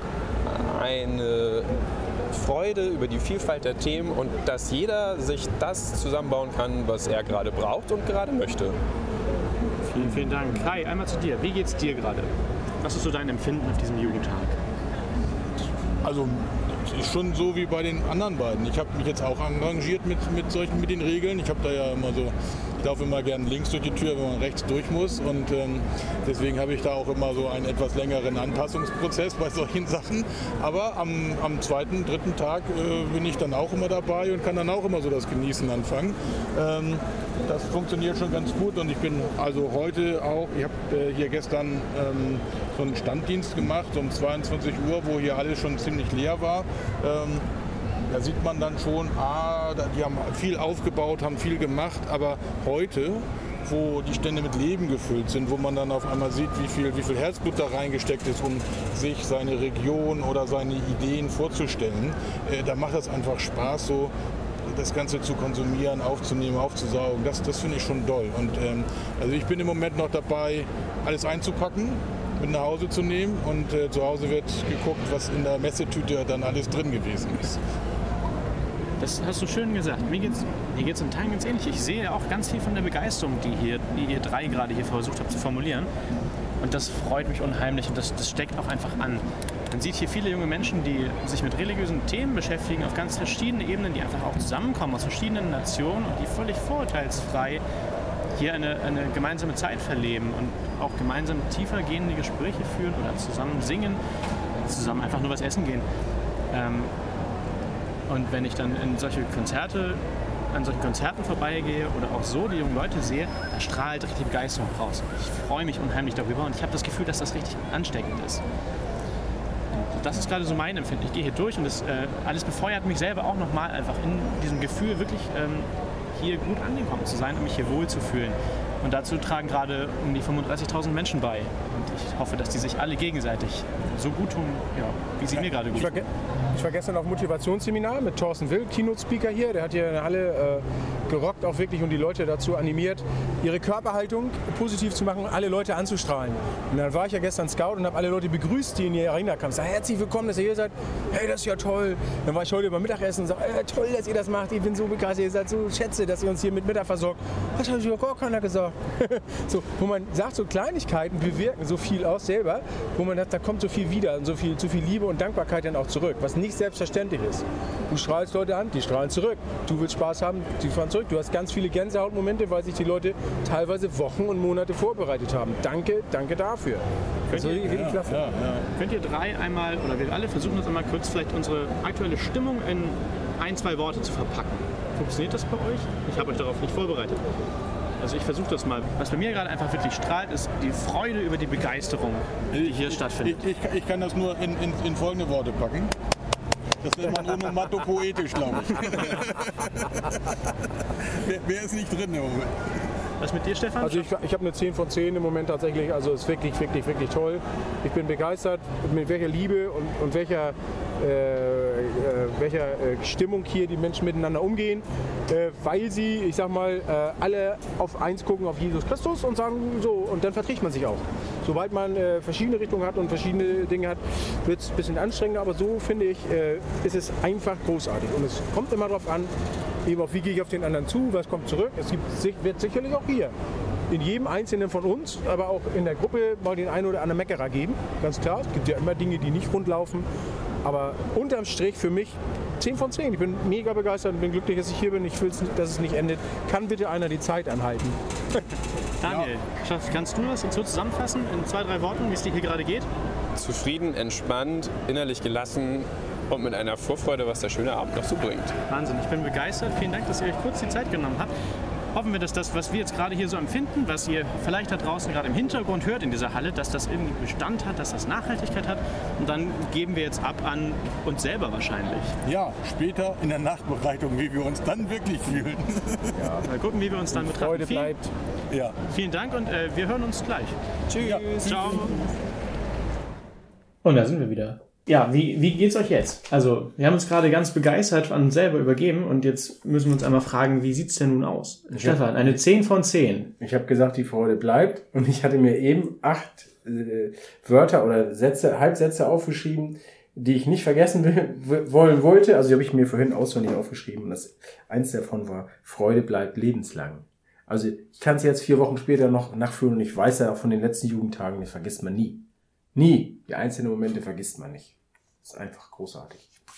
eine Freude über die Vielfalt der Themen und dass jeder sich das zusammenbauen kann, was er gerade braucht und gerade möchte. Vielen, vielen Dank. Kai, einmal zu dir. Wie geht's dir gerade? Was ist so dein Empfinden auf diesem Jugendtag? Also ist schon so wie bei den anderen beiden. Ich habe mich jetzt auch engagiert mit, mit, solchen, mit den Regeln. Ich habe da ja immer so, ich laufe immer gerne links durch die Tür, wenn man rechts durch muss. Und ähm, deswegen habe ich da auch immer so einen etwas längeren Anpassungsprozess bei solchen Sachen. Aber am, am zweiten, dritten Tag äh, bin ich dann auch immer dabei und kann dann auch immer so das Genießen anfangen. Ähm, das funktioniert schon ganz gut und ich bin also heute auch, ich habe äh, hier gestern ähm, so einen Standdienst gemacht um zweiundzwanzig Uhr, wo hier alles schon ziemlich leer war. Ähm, da sieht man dann schon, ah, die haben viel aufgebaut, haben viel gemacht, aber heute, wo die Stände mit Leben gefüllt sind, wo man dann auf einmal sieht, wie viel, wie viel Herzblut da reingesteckt ist, um sich seine Region oder seine Ideen vorzustellen, äh, da macht es einfach Spaß, so das Ganze zu konsumieren, aufzunehmen, aufzusaugen. Das, das finde ich schon doll. Und ähm, also ich bin im Moment noch dabei, alles einzupacken, mit nach Hause zu nehmen und äh, zu Hause wird geguckt, was in der Messetüte dann alles drin gewesen ist. Das hast du schön gesagt. Mir geht's, mir geht's in Teilen ganz ähnlich. Ich sehe auch ganz viel von der Begeisterung, die, hier, die ihr drei gerade hier versucht habt zu formulieren. Und das freut mich unheimlich und das, das steckt auch einfach an. Man sieht hier viele junge Menschen, die sich mit religiösen Themen beschäftigen, auf ganz verschiedenen Ebenen, die einfach auch zusammenkommen aus verschiedenen Nationen und die völlig vorurteilsfrei hier eine, eine gemeinsame Zeit verleben und auch gemeinsam tiefer gehende Gespräche führen oder zusammen singen, zusammen einfach nur was essen gehen. Ähm, und wenn ich dann in solche Konzerte, an solchen Konzerten vorbeigehe oder auch so die jungen Leute sehe, da strahlt richtig Begeisterung raus. Ich freue mich unheimlich darüber und ich habe das Gefühl, dass das richtig ansteckend ist. Und das ist gerade so mein Empfinden. Ich gehe hier durch und das äh, alles befeuert mich selber auch nochmal einfach in diesem Gefühl, wirklich ähm, hier gut angekommen zu sein und mich hier wohl zu fühlen. Und dazu tragen gerade um die fünfunddreißigtausend Menschen bei. Und ich hoffe, dass die sich alle gegenseitig so gut tun, ja, wie sie mir gerade gut ich war, tun. ich war gestern auf dem Motivationsseminar mit Thorsten Will, Keynote-Speaker hier. Der hat hier in der Halle äh, gerockt auch wirklich und die Leute dazu animiert, ihre Körperhaltung positiv zu machen und alle Leute anzustrahlen. Und dann war ich ja gestern Scout und habe alle Leute begrüßt, die in die Arena kamen. Sag, herzlich willkommen, dass ihr hier seid. Hey, das ist ja toll. Dann war ich heute beim Mittagessen und sage, hey, toll, dass ihr das macht. Ich bin so begeistert. Ihr seid so schätze, dass ihr uns hier mit Mittag versorgt. Das hat ja gar keiner gesagt. So, wo man sagt, so Kleinigkeiten bewirken so viel aus selber, wo man sagt, da kommt so viel wieder und so viel, so viel Liebe und Dankbarkeit dann auch zurück, was nicht selbstverständlich ist. Du strahlst Leute an, die strahlen zurück. Du willst Spaß haben, die fahren zurück. Du hast ganz viele Gänsehautmomente, weil sich die Leute teilweise Wochen und Monate vorbereitet haben. Danke, danke dafür. Könnt, Also, ihr, wirklich klasse. ja, ja. Könnt ihr drei einmal, oder wir alle versuchen das einmal kurz, vielleicht unsere aktuelle Stimmung in ein, zwei Worte zu verpacken. Funktioniert das bei euch? Ich habe euch darauf nicht vorbereitet. Also ich versuche das mal. Was bei mir gerade einfach wirklich strahlt, ist die Freude über die Begeisterung, die hier ich, stattfindet. Ich, ich, ich kann das nur in, in, in folgende Worte packen. Das nennt man onomatopoetisch, glaube ich. wer, wer ist nicht drin im Moment? Was mit dir, Stefan? Also ich, ich habe eine zehn von zehn im Moment tatsächlich. Also es ist wirklich, wirklich, wirklich toll. Ich bin begeistert, mit welcher Liebe und, und welcher, äh, äh, welcher äh, Stimmung hier die Menschen miteinander umgehen, äh, weil sie, ich sag mal, äh, alle auf eins gucken, auf Jesus Christus und sagen so, und dann verträgt man sich auch. Sobald man äh, verschiedene Richtungen hat und verschiedene Dinge hat, wird es ein bisschen anstrengender, aber so finde ich, äh, ist es einfach großartig. Und es kommt immer darauf an, eben auch, wie gehe ich auf den anderen zu, was kommt zurück. Es gibt, wird sicherlich auch hier in jedem Einzelnen von uns, aber auch in der Gruppe mal den einen oder anderen Meckerer geben, ganz klar. Es gibt ja immer Dinge, die nicht rund laufen, aber unterm Strich für mich zehn von zehn. Ich bin mega begeistert und bin glücklich, dass ich hier bin. Ich will, dass es nicht endet. Kann bitte einer die Zeit anhalten? Daniel, ja. Kannst du das so zusammenfassen in zwei, drei Worten, wie es dir hier gerade geht? Zufrieden, entspannt, innerlich gelassen und mit einer Vorfreude, was der schöne Abend noch so bringt. Wahnsinn, ich bin begeistert. Vielen Dank, dass ihr euch kurz die Zeit genommen habt. Hoffen wir, dass das, was wir jetzt gerade hier so empfinden, was ihr vielleicht da draußen gerade im Hintergrund hört in dieser Halle, dass das irgendwie Bestand hat, dass das Nachhaltigkeit hat. Und dann geben wir jetzt ab an uns selber wahrscheinlich. Ja, später in der Nachbereitung, wie wir uns dann wirklich fühlen. Ja, mal gucken, wie wir uns dann betrachten. Freude bleibt. Ja. Vielen Dank und äh, wir hören uns gleich. Tschüss. Ja, ciao. Und da sind wir wieder. Ja, wie, wie geht's euch jetzt? Also, wir haben uns gerade ganz begeistert an uns selber übergeben und jetzt müssen wir uns einmal fragen, wie sieht's denn nun aus? Ich Stefan, eine zehn von zehn. Ich habe gesagt, die Freude bleibt und ich hatte mir eben acht äh, Wörter oder Sätze, Halbsätze aufgeschrieben, die ich nicht vergessen will, wollen wollte. Also die habe ich mir vorhin auswendig aufgeschrieben und das eins davon war, Freude bleibt lebenslang. Also ich kann es jetzt vier Wochen später noch nachfühlen und ich weiß ja auch von den letzten Jugendtagen, das vergisst man nie. Nie. Die einzelnen Momente vergisst man nicht. Das ist einfach großartig.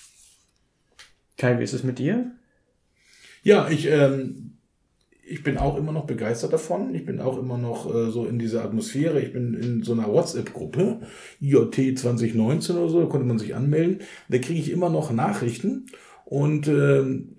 Kai, wie ist es mit dir? Ja, ich, ähm, ich bin auch immer noch begeistert davon. Ich bin auch immer noch äh, so in dieser Atmosphäre. Ich bin in so einer WhatsApp-Gruppe, I J T zwanzig neunzehn oder so, da konnte man sich anmelden. Da kriege ich immer noch Nachrichten. Und äh,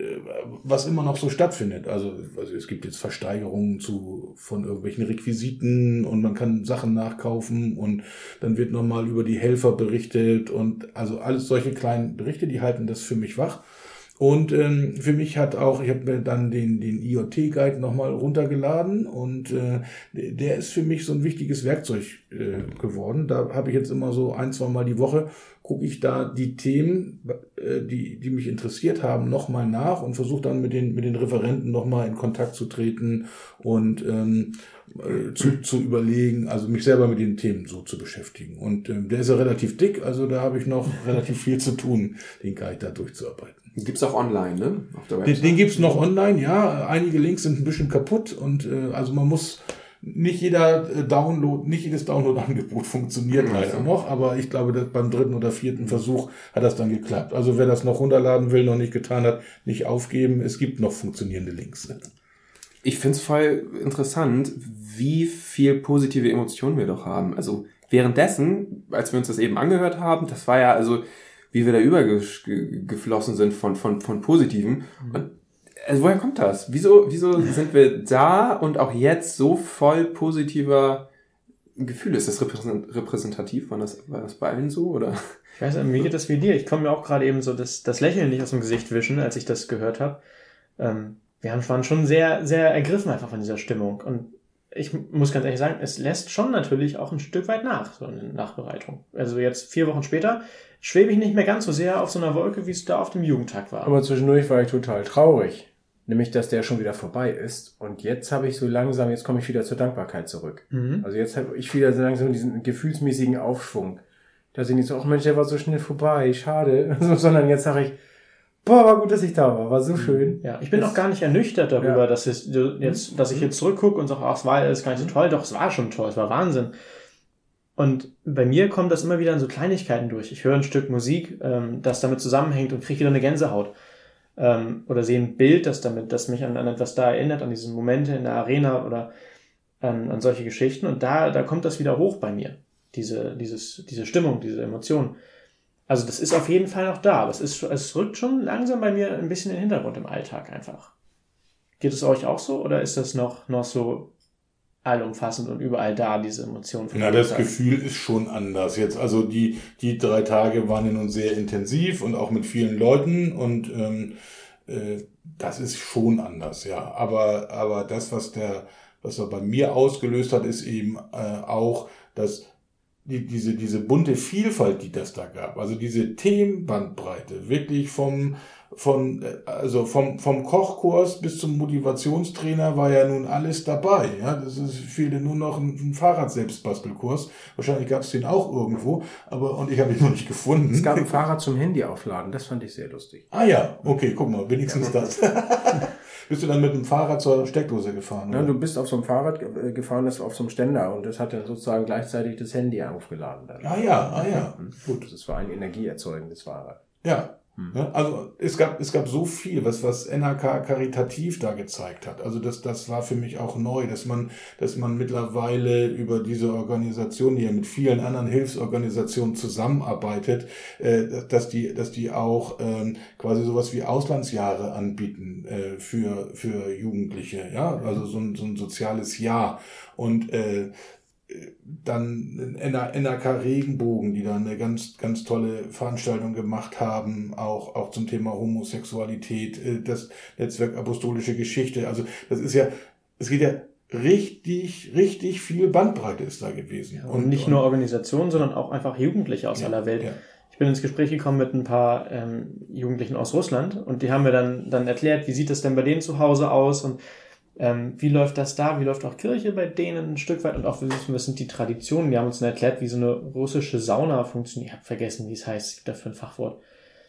was immer noch so stattfindet, also, also es gibt jetzt Versteigerungen zu von irgendwelchen Requisiten und man kann Sachen nachkaufen und dann wird nochmal über die Helfer berichtet und also alles solche kleinen Berichte, die halten das für mich wach. Und ähm, für mich hat auch, ich habe mir dann den den I J T-Guide nochmal runtergeladen und äh, der ist für mich so ein wichtiges Werkzeug äh, geworden. Da habe ich jetzt immer so ein, zwei Mal die Woche, gucke ich da die Themen, äh, die die mich interessiert haben, nochmal nach und versuche dann mit den mit den Referenten nochmal in Kontakt zu treten und ähm, äh, zu, zu überlegen, also mich selber mit den Themen so zu beschäftigen. Und ähm, der ist ja relativ dick, also da habe ich noch relativ viel zu tun, den Guide da durchzuarbeiten. Gibt's auch online, ne? Auf der Website. Den, den gibt's noch online, ja. Einige Links sind ein bisschen kaputt und äh, also man muss nicht jeder äh, Download, nicht jedes Download-Angebot funktioniert leider noch, aber ich glaube, dass beim dritten oder vierten Versuch hat das dann geklappt. Also wer das noch runterladen will, noch nicht getan hat, nicht aufgeben. Es gibt noch funktionierende Links. Ich find's voll interessant, wie viel positive Emotionen wir doch haben. Also währenddessen, als wir uns das eben angehört haben, das war ja also wie wir da übergeflossen sind von, von, von Positiven. Und, also woher kommt das? Wieso, wieso sind wir da und auch jetzt so voll positiver Gefühle? Ist das repräsentativ? War das, war das bei allen so? Oder? Ich weiß nicht, wie geht das wie dir? Ich komme mir auch gerade eben so das, das Lächeln nicht aus dem Gesicht wischen, als ich das gehört habe. Ähm, wir haben, waren schon sehr, sehr ergriffen einfach von dieser Stimmung. Und ich muss ganz ehrlich sagen, es lässt schon natürlich auch ein Stück weit nach, so eine Nachbereitung. Also jetzt vier Wochen später schwebe ich nicht mehr ganz so sehr auf so einer Wolke, wie es da auf dem Jugendtag war. Aber zwischendurch war ich total traurig. Nämlich, dass der schon wieder vorbei ist. Und jetzt habe ich so langsam, jetzt komme ich wieder zur Dankbarkeit zurück. Mhm. Also jetzt habe ich wieder so langsam diesen gefühlsmäßigen Aufschwung. Dass ich nicht so, ach Mensch, der war so schnell vorbei, schade. Sondern jetzt sage ich, boah, war gut, dass ich da war, war so schön. Ja, ich bin das, auch gar nicht ernüchtert darüber, ja. dass, es jetzt, dass ich jetzt zurückgucke und sage, ach, es war alles gar nicht so toll. Doch, es war schon toll, es war Wahnsinn. Und bei mir kommt das immer wieder in so Kleinigkeiten durch. Ich höre ein Stück Musik, ähm, das damit zusammenhängt und kriege wieder eine Gänsehaut. Ähm, oder sehe ein Bild, das damit, das mich an, an etwas da erinnert, an diese Momente in der Arena oder an, an solche Geschichten. Und da, da kommt das wieder hoch bei mir. Diese, dieses, diese Stimmung, diese Emotion. Also das ist auf jeden Fall noch da, aber es ist, es rückt schon langsam bei mir ein bisschen in den Hintergrund im Alltag einfach. Geht es euch auch so oder ist das noch, noch so allumfassend und überall da, diese Emotionen? Na, das Tag? Gefühl ist schon anders jetzt. Also die, die drei Tage waren ja nun sehr intensiv und auch mit vielen Leuten und ähm, äh, das ist schon anders, ja. Aber, aber das, was der, was er bei mir ausgelöst hat, ist eben äh, auch, dass die, diese, diese bunte Vielfalt, die das da gab, also diese Themenbandbreite, wirklich vom, von, also vom, vom Kochkurs bis zum Motivationstrainer war ja nun alles dabei, ja, das ist, fehlte nur noch ein, ein Fahrrad-Selbstbastelkurs, wahrscheinlich gab es den auch irgendwo, aber, und ich habe ihn noch nicht gefunden. Es gab ein Fahrrad zum Handy aufladen, das fand ich sehr lustig. Ah ja, okay, guck mal, wenigstens ja. das. Bist du dann mit dem Fahrrad zur Steckdose gefahren? Ja, oder? Du bist auf so einem Fahrrad gefahren, das auf so einem Ständer und das hat dann sozusagen gleichzeitig das Handy aufgeladen. Dann. Ah ja, ah ja. Gut, das war ein energieerzeugendes Fahrrad. Ja. Hm. Also es gab es gab so viel, was was N H K karitativ da gezeigt hat. Also das das war für mich auch neu, dass man dass man mittlerweile über diese Organisation, die ja mit vielen anderen Hilfsorganisationen zusammenarbeitet, äh, dass die dass die auch ähm, quasi sowas wie Auslandsjahre anbieten äh, für für Jugendliche, ja, also so ein so ein soziales Jahr und äh, dann N H K Regenbogen, die da eine ganz ganz tolle Veranstaltung gemacht haben, auch auch zum Thema Homosexualität, das Netzwerk Apostolische Geschichte. Also das ist ja, es geht ja richtig richtig viel Bandbreite ist da gewesen. Ja, und, und nicht nur Organisationen, sondern auch einfach Jugendliche aus ja, aller Welt. Ja. Ich bin ins Gespräch gekommen mit ein paar ähm, Jugendlichen aus Russland und die haben mir dann dann erklärt, wie sieht das denn bei denen zu Hause aus und Ähm, wie läuft das da? Wie läuft auch Kirche bei denen ein Stück weit? Und auch, was sind die Traditionen? Die haben uns dann erklärt, wie so eine russische Sauna funktioniert. Ich habe vergessen, wie es heißt. Es gibt dafür ein Fachwort.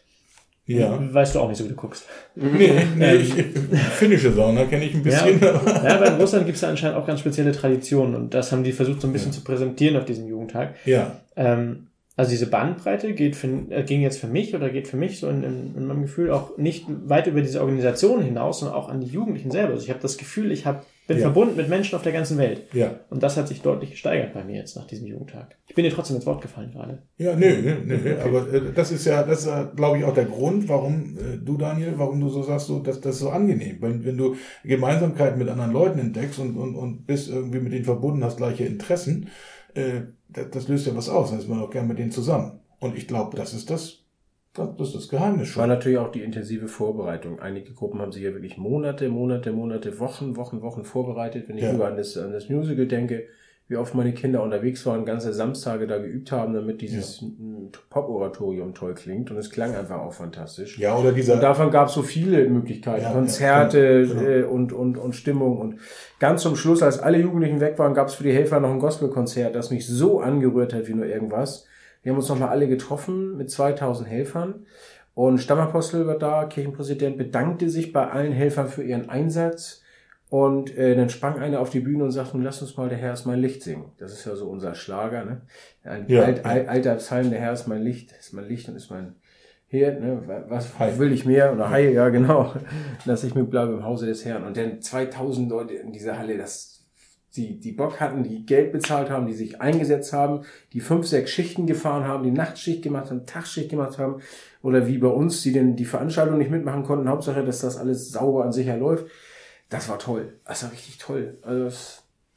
Ja. Weißt du auch nicht, so wie du guckst. Nee, nee ich, finnische Sauna kenne ich ein bisschen. Ja, ja, aber in Russland gibt es da anscheinend auch ganz spezielle Traditionen. Und das haben die versucht, so ein bisschen ja. zu präsentieren auf diesem Jugendtag. Ja. Ähm, Also diese Bandbreite geht für, äh, ging jetzt für mich oder geht für mich so in, in, in meinem Gefühl auch nicht weit über diese Organisation hinaus, sondern auch an die Jugendlichen selber. Also ich habe das Gefühl, ich hab, bin ja. verbunden mit Menschen auf der ganzen Welt. Ja. Und das hat sich deutlich gesteigert bei mir jetzt nach diesem Jugendtag. Ich bin dir trotzdem ins Wort gefallen gerade. Ja, nö, nö, nö. Okay. Aber äh, das ist ja, das ist, äh, glaube ich, auch der Grund, warum äh, du, Daniel, warum du so sagst, so, dass das ist so angenehm. Weil wenn du Gemeinsamkeiten mit anderen Leuten entdeckst und, und, und bist irgendwie mit denen verbunden, hast gleiche Interessen, äh, das, das löst ja was aus. Dann ist man auch gern mit denen zusammen. Und ich glaube, das ist das, das ist das Geheimnis schon. War natürlich auch die intensive Vorbereitung. Einige Gruppen haben sich ja wirklich Monate, Monate, Monate, Wochen, Wochen, Wochen vorbereitet. Wenn ich ja. über an das, an das Musical denke, wie oft meine Kinder unterwegs waren, ganze Samstage da geübt haben, damit dieses ja. Pop-Oratorium toll klingt. Und es klang einfach auch fantastisch. Ja, oder dieser. Und davon gab es so viele Möglichkeiten. Ja, Konzerte ja, genau. äh, und, und, und Stimmung. Und ganz zum Schluss, als alle Jugendlichen weg waren, gab es für die Helfer noch ein Gospelkonzert, das mich so angerührt hat wie nur irgendwas. Wir haben uns nochmal alle getroffen mit zweitausend Helfern und Stammapostel war da, Kirchenpräsident bedankte sich bei allen Helfern für ihren Einsatz und äh, dann sprang einer auf die Bühne und sagte, lass uns mal Der Herr ist mein Licht singen. Das ist ja so unser Schlager, ne? Ein ja, alt, ja. Alt, alter Psalm, Der Herr ist mein Licht, ist mein Licht und ist mein Herd, ne? Was Hi. will ich mehr? Oder Hi, ja genau, dass ich mit bleibe im Hause des Herrn. Und dann zweitausend Leute in dieser Halle, das Die, die Bock hatten, die Geld bezahlt haben, die sich eingesetzt haben, die fünf, sechs Schichten gefahren haben, die Nachtschicht gemacht haben, Tagschicht gemacht haben, oder wie bei uns, die denn die Veranstaltung nicht mitmachen konnten. Hauptsache, dass das alles sauber und sicher läuft. Das war toll. Das war richtig toll. Also das,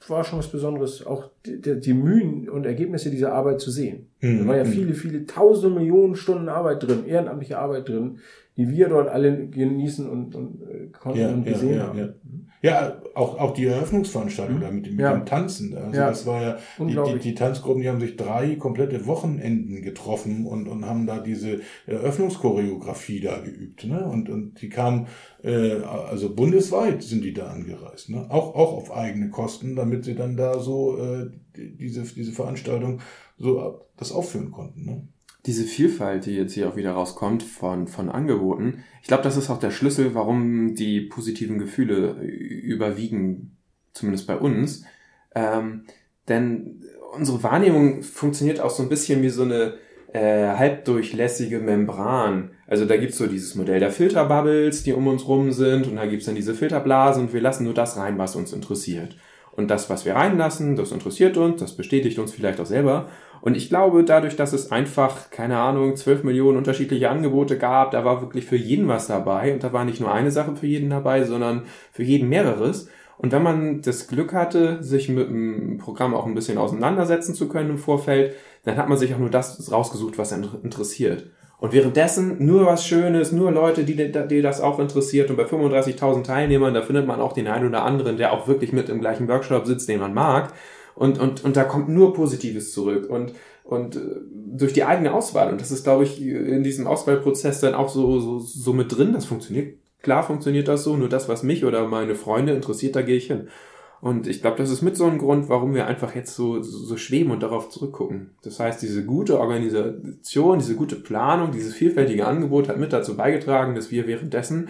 war schon was Besonderes, auch die, die Mühen und Ergebnisse dieser Arbeit zu sehen. Mhm. Da waren ja viele, viele tausende Millionen Stunden Arbeit drin, ehrenamtliche Arbeit drin, die wir dort alle genießen und, und äh, konnten ja, und ja, gesehen ja, haben. Ja, ja auch, auch die Eröffnungsveranstaltung mhm. da mit, mit ja. dem Tanzen. Also ja. das war ja, die, die, die Tanzgruppen, die haben sich drei komplette Wochenenden getroffen und, und haben da diese Eröffnungschoreografie da geübt. Ne? Und, und die kamen, äh, also bundesweit sind die da angereist. Ne? Auch, auch auf eigene Kosten, damit sie dann da so äh, diese, diese Veranstaltung so das aufführen konnten. Ne? Diese Vielfalt, die jetzt hier auch wieder rauskommt von, von Angeboten, ich glaube, das ist auch der Schlüssel, warum die positiven Gefühle überwiegen, zumindest bei uns. Ähm, denn unsere Wahrnehmung funktioniert auch so ein bisschen wie so eine äh, halbdurchlässige Membran. Also da gibt's so dieses Modell der Filterbubbles, die um uns rum sind, und da gibt's dann diese Filterblasen und wir lassen nur das rein, was uns interessiert. Und das, was wir reinlassen, das interessiert uns, das bestätigt uns vielleicht auch selber. Und ich glaube, dadurch, dass es einfach, keine Ahnung, zwölf Millionen unterschiedliche Angebote gab, da war wirklich für jeden was dabei. Und da war nicht nur eine Sache für jeden dabei, sondern für jeden mehreres. Und wenn man das Glück hatte, sich mit dem Programm auch ein bisschen auseinandersetzen zu können im Vorfeld, dann hat man sich auch nur das rausgesucht, was einen interessiert. Und währenddessen nur was Schönes, nur Leute, die, die das auch interessiert. Und bei fünfunddreißigtausend Teilnehmern, da findet man auch den einen oder anderen, der auch wirklich mit im gleichen Workshop sitzt, den man mag. Und, und, und da kommt nur Positives zurück. Und, und durch die eigene Auswahl. Und das ist, glaube ich, in diesem Auswahlprozess dann auch so, so, so mit drin. Das funktioniert. Klar funktioniert das so. Nur das, was mich oder meine Freunde interessiert, da gehe ich hin. Und ich glaube, das ist mit so ein Grund, warum wir einfach jetzt so, so schweben und darauf zurückgucken. Das heißt, diese gute Organisation, diese gute Planung, dieses vielfältige Angebot hat mit dazu beigetragen, dass wir währenddessen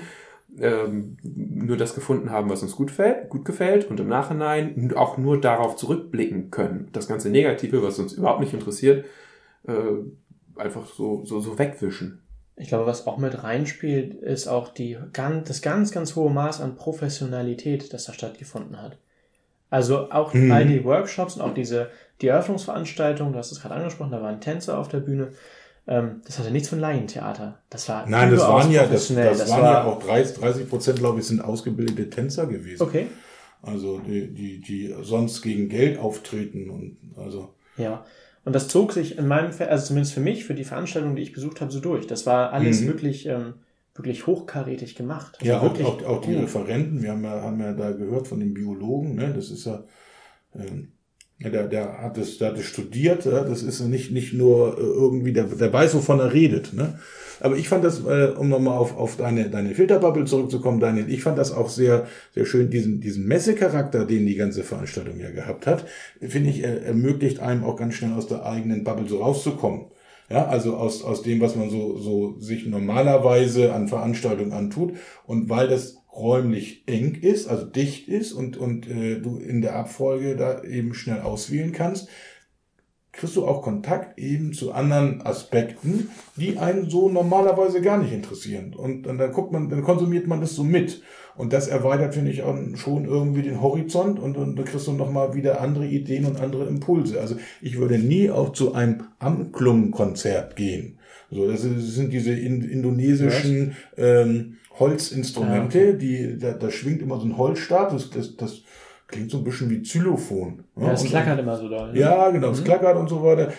ähm, nur das gefunden haben, was uns gut, fällt, gut gefällt, und im Nachhinein auch nur darauf zurückblicken können. Das ganze Negative, was uns überhaupt nicht interessiert, äh, einfach so, so, so wegwischen. Ich glaube, was auch mit reinspielt, ist auch die, das ganz, ganz hohe Maß an Professionalität, das da stattgefunden hat. Also auch mhm. all die Workshops und auch diese die Eröffnungsveranstaltung, du hast es gerade angesprochen, da waren Tänzer auf der Bühne. Ähm, das hatte nichts von Laientheater. Das war Nein, das waren ja, das, das, das waren war ja auch dreißig Prozent, glaube ich, sind ausgebildete Tänzer gewesen. Okay. Also die, die, die sonst gegen Geld auftreten und also. Ja. Und das zog sich in meinem Fall, also zumindest für mich, für die Veranstaltung, die ich besucht habe, so durch. Das war alles mhm. wirklich, ähm, wirklich hochkarätig gemacht. Also ja, auch, wirklich auch, auch die Referenten, wir haben ja, haben ja da gehört von dem Biologen, ne, das ist ja, ähm, der, der hat es, der hat es studiert, ja, das ist nicht, nicht nur irgendwie, der, der weiß, wovon er redet, ne. Aber ich fand das, äh, um nochmal auf, auf deine, deine Filterbubble zurückzukommen, Daniel, ich fand das auch sehr, sehr schön, diesen, diesen Messecharakter, den die ganze Veranstaltung ja gehabt hat, finde ich, er, ermöglicht einem auch ganz schnell aus der eigenen Bubble so rauszukommen. Ja, also aus, aus dem, was man so, so sich normalerweise an Veranstaltungen antut. Und weil das räumlich eng ist, also dicht ist und, und äh, du in der Abfolge da eben schnell auswählen kannst, kriegst du auch Kontakt eben zu anderen Aspekten, die einen so normalerweise gar nicht interessieren. Und, und dann guckt man, dann konsumiert man das so mit. Und das erweitert, finde ich, auch schon irgendwie den Horizont, und, und da kriegst du nochmal wieder andere Ideen und andere Impulse. Also ich würde nie auch zu einem Amklung-Konzert gehen. So, das sind diese in, indonesischen ähm, Holzinstrumente, ja, okay. die da, da schwingt immer so ein Holzstab, das, das, das klingt so ein bisschen wie Xylophon. Ja, es klackert immer so doll. Ja, genau, es mhm. klackert und so weiter.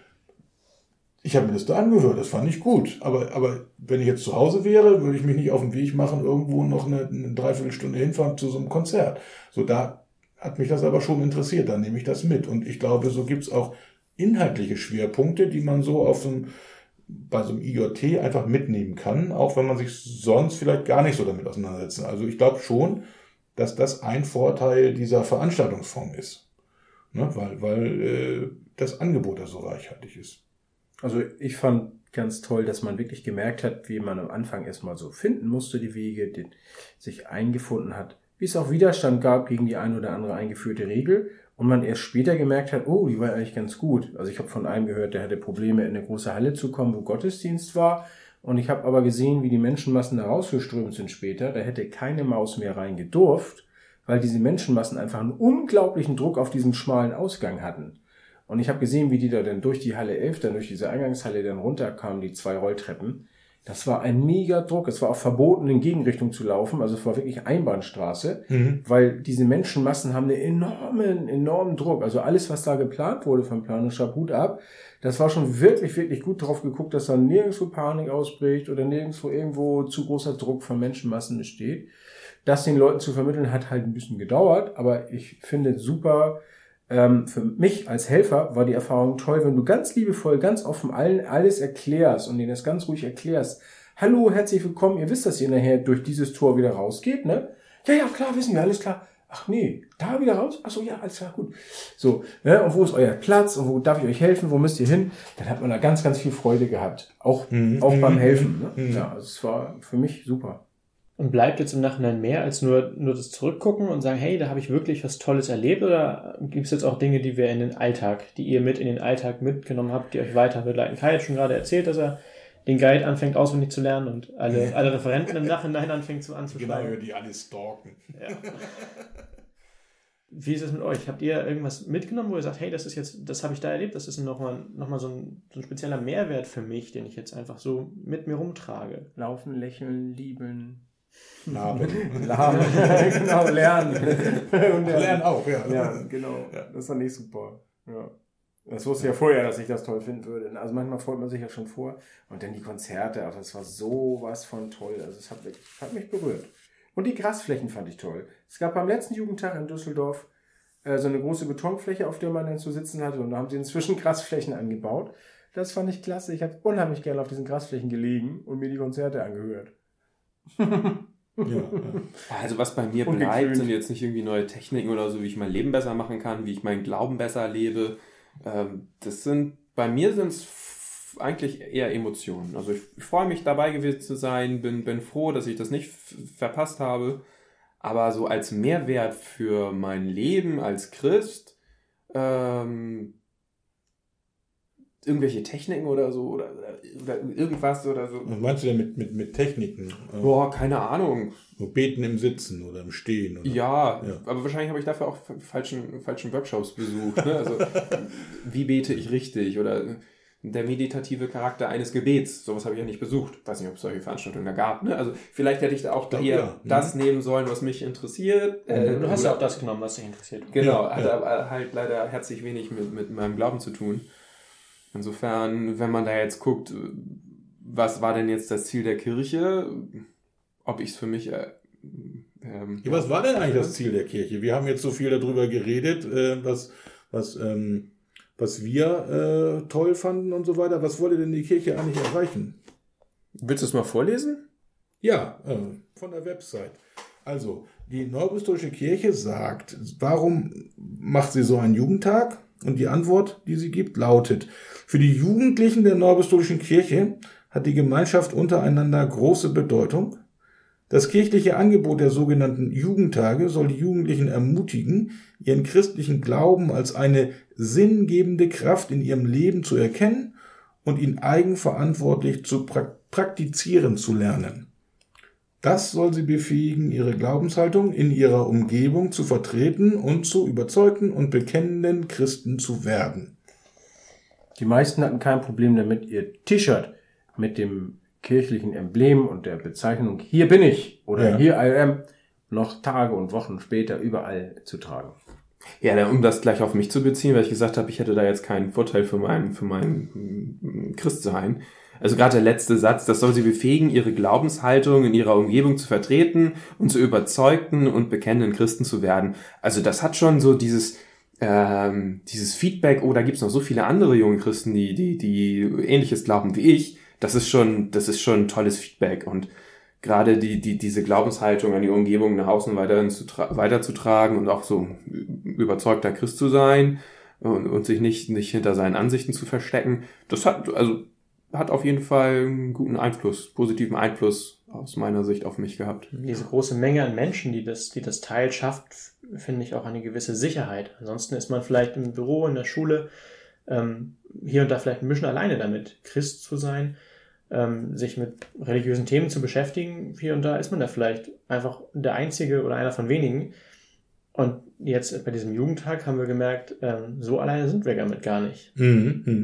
Ich habe mir das da angehört, das fand ich gut. Aber, aber wenn ich jetzt zu Hause wäre, würde ich mich nicht auf den Weg machen, irgendwo noch eine, eine Dreiviertelstunde hinfahren zu so einem Konzert. So, da hat mich das aber schon interessiert, dann nehme ich das mit. Und ich glaube, so gibt's auch inhaltliche Schwerpunkte, die man so auf so einem, bei so einem I J T einfach mitnehmen kann, auch wenn man sich sonst vielleicht gar nicht so damit auseinandersetzt. Also ich glaube schon, dass das ein Vorteil dieser Veranstaltungsform ist. Ne? Weil, weil äh, das Angebot da so reichhaltig ist. Also ich fand ganz toll, dass man wirklich gemerkt hat, wie man am Anfang erstmal so finden musste, die Wege, den sich eingefunden hat, wie es auch Widerstand gab gegen die ein oder andere eingeführte Regel, und man erst später gemerkt hat, oh, die war eigentlich ganz gut. Also ich habe von einem gehört, der hatte Probleme, in eine große Halle zu kommen, wo Gottesdienst war, und ich habe aber gesehen, wie die Menschenmassen da rausgeströmt sind später. Da hätte keine Maus mehr rein gedurft, weil diese Menschenmassen einfach einen unglaublichen Druck auf diesen schmalen Ausgang hatten. Und ich habe gesehen, wie die da dann durch die Halle elf, dann durch diese Eingangshalle dann runterkamen, die zwei Rolltreppen. Das war ein mega Druck. Es war auch verboten, in Gegenrichtung zu laufen. Also es war wirklich Einbahnstraße, Mhm. weil diese Menschenmassen haben einen enormen, enormen Druck. Also alles, was da geplant wurde vom Planerstab, Hut ab. Das war schon wirklich, wirklich gut drauf geguckt, dass da nirgendwo Panik ausbricht oder nirgendwo irgendwo zu großer Druck von Menschenmassen entsteht. Das den Leuten zu vermitteln, hat halt ein bisschen gedauert. Aber ich finde es super. Ähm, für mich als Helfer war die Erfahrung toll, wenn du ganz liebevoll, ganz offen allen alles erklärst und denen das ganz ruhig erklärst. Hallo, herzlich willkommen, ihr wisst, dass ihr nachher durch dieses Tor wieder rausgeht, ne? Ja, ja, klar, wissen wir, alles klar. Ach nee, da wieder raus? Ach so, ja, alles klar, gut. So, ne? Und wo ist euer Platz und wo darf ich euch helfen, wo müsst ihr hin? Dann hat man da ganz, ganz viel Freude gehabt. Auch, Mhm. auch beim Mhm. Helfen, ne? Mhm. Ja, es war für mich super. Und bleibt jetzt im Nachhinein mehr als nur, nur das Zurückgucken und sagen, hey, da habe ich wirklich was Tolles erlebt? Oder gibt es jetzt auch Dinge, die wir in den Alltag, die ihr mit in den Alltag mitgenommen habt, die euch weiter begleiten? Kai hat schon gerade erzählt, dass er den Guide anfängt auswendig zu lernen und alle, alle Referenten im Nachhinein anfängt zu anzuschreiben. Genau, die alle stalken. Ja. Wie ist es mit euch? Habt ihr irgendwas mitgenommen, wo ihr sagt, hey, das ist jetzt, das habe ich da erlebt, das ist nochmal noch mal so, ein, so ein spezieller Mehrwert für mich, den ich jetzt einfach so mit mir rumtrage? Laufen, lächeln, lieben. Laben. Laben. Genau, lernen. Und Lernen auch, ja. Ja, genau. Ja. Das fand ich super. Ja. Das wusste ich ja vorher, dass ich das toll finden würde. Also manchmal freut man sich ja schon vor. Und dann die Konzerte, also das war sowas von toll. Also es hat, mich, hat mich berührt. Und die Grasflächen fand ich toll. Es gab beim letzten Jugendtag in Düsseldorf äh, so eine große Betonfläche, auf der man dann zu sitzen hatte. Und da haben sie inzwischen Grasflächen angebaut. Das fand ich klasse. Ich habe unheimlich gerne auf diesen Grasflächen gelegen und mir die Konzerte angehört. Ja, also was bei mir Und bleibt, geklönt. sind jetzt nicht irgendwie neue Techniken oder so, wie ich mein Leben besser machen kann, wie ich meinen Glauben besser lebe. Ähm, das sind, bei mir sind es f- eigentlich eher Emotionen. Also ich, ich freue mich dabei gewesen zu sein, bin, bin froh, dass ich das nicht f- verpasst habe. Aber so als Mehrwert für mein Leben als Christ, ähm, irgendwelche Techniken oder so oder, oder, oder irgendwas oder so. Was meinst du denn mit, mit, mit Techniken? Boah, keine Ahnung. So beten im Sitzen oder im Stehen? Oder? Ja, Ja. aber wahrscheinlich habe ich dafür auch falschen, falschen Workshops besucht. Ne? Also, wie bete ich richtig? Oder der meditative Charakter eines Gebets. Sowas habe ich ja nicht besucht. Weiß nicht, ob es solche Veranstaltungen da gab. Ne? Also vielleicht hätte ich da auch Doch, hier ja. das nehmen sollen, was mich interessiert. Äh, Du hast oder- ja auch das genommen, was dich interessiert. Genau, Ja, hat ja. aber halt leider herzlich wenig mit, mit meinem Glauben zu tun. Insofern, wenn man da jetzt guckt, was war denn jetzt das Ziel der Kirche? Ob ich es für mich... Äh, ähm, Ja, was war denn eigentlich das Ziel der Kirche? Wir haben jetzt so viel darüber geredet, äh, was, was, ähm, was wir äh, toll fanden und so weiter. Was wollte denn die Kirche eigentlich erreichen? Willst du es mal vorlesen? Ja, äh, von der Website. Also, die Neuapostolische Kirche sagt, warum macht sie so einen Jugendtag? Und die Antwort, die sie gibt, lautet, für die Jugendlichen der Neuapostolischen Kirche hat die Gemeinschaft untereinander große Bedeutung. Das kirchliche Angebot der sogenannten Jugendtage soll die Jugendlichen ermutigen, ihren christlichen Glauben als eine sinngebende Kraft in ihrem Leben zu erkennen und ihn eigenverantwortlich zu pra- praktizieren zu lernen. Das soll sie befähigen, ihre Glaubenshaltung in ihrer Umgebung zu vertreten und zu überzeugten und bekennenden Christen zu werden. Die meisten hatten kein Problem damit, ihr T-Shirt mit dem kirchlichen Emblem und der Bezeichnung "Hier bin ich" oder Ja. "Here I am" noch Tage und Wochen später überall zu tragen. Ja, dann, um das gleich auf mich zu beziehen, weil ich gesagt habe, ich hätte da jetzt keinen Vorteil für mein, für mein mm, Christsein. Also gerade der letzte Satz, das soll sie befähigen, ihre Glaubenshaltung in ihrer Umgebung zu vertreten und zu überzeugten und bekennenden Christen zu werden. Also das hat schon so dieses, ähm, dieses Feedback, oh, da gibt's noch so viele andere junge Christen, die, die, die Ähnliches glauben wie ich. Das ist schon, das ist schon ein tolles Feedback. Und gerade die, die, diese Glaubenshaltung an die Umgebung nach außen weiter zu tra- weiterzutragen und auch so überzeugter Christ zu sein und, und sich nicht, nicht hinter seinen Ansichten zu verstecken, das hat, also, hat auf jeden Fall einen guten Einfluss, positiven Einfluss aus meiner Sicht auf mich gehabt. Diese große Menge an Menschen, die das, die das teilt, schafft, finde ich, auch eine gewisse Sicherheit. Ansonsten ist man vielleicht im Büro, in der Schule, ähm, hier und da vielleicht ein bisschen alleine damit, Christ zu sein, ähm, sich mit religiösen Themen zu beschäftigen. Hier und da ist man da vielleicht einfach der Einzige oder einer von wenigen. Und jetzt bei diesem Jugendtag haben wir gemerkt, ähm, so alleine sind wir damit gar nicht. Mhm, mhm.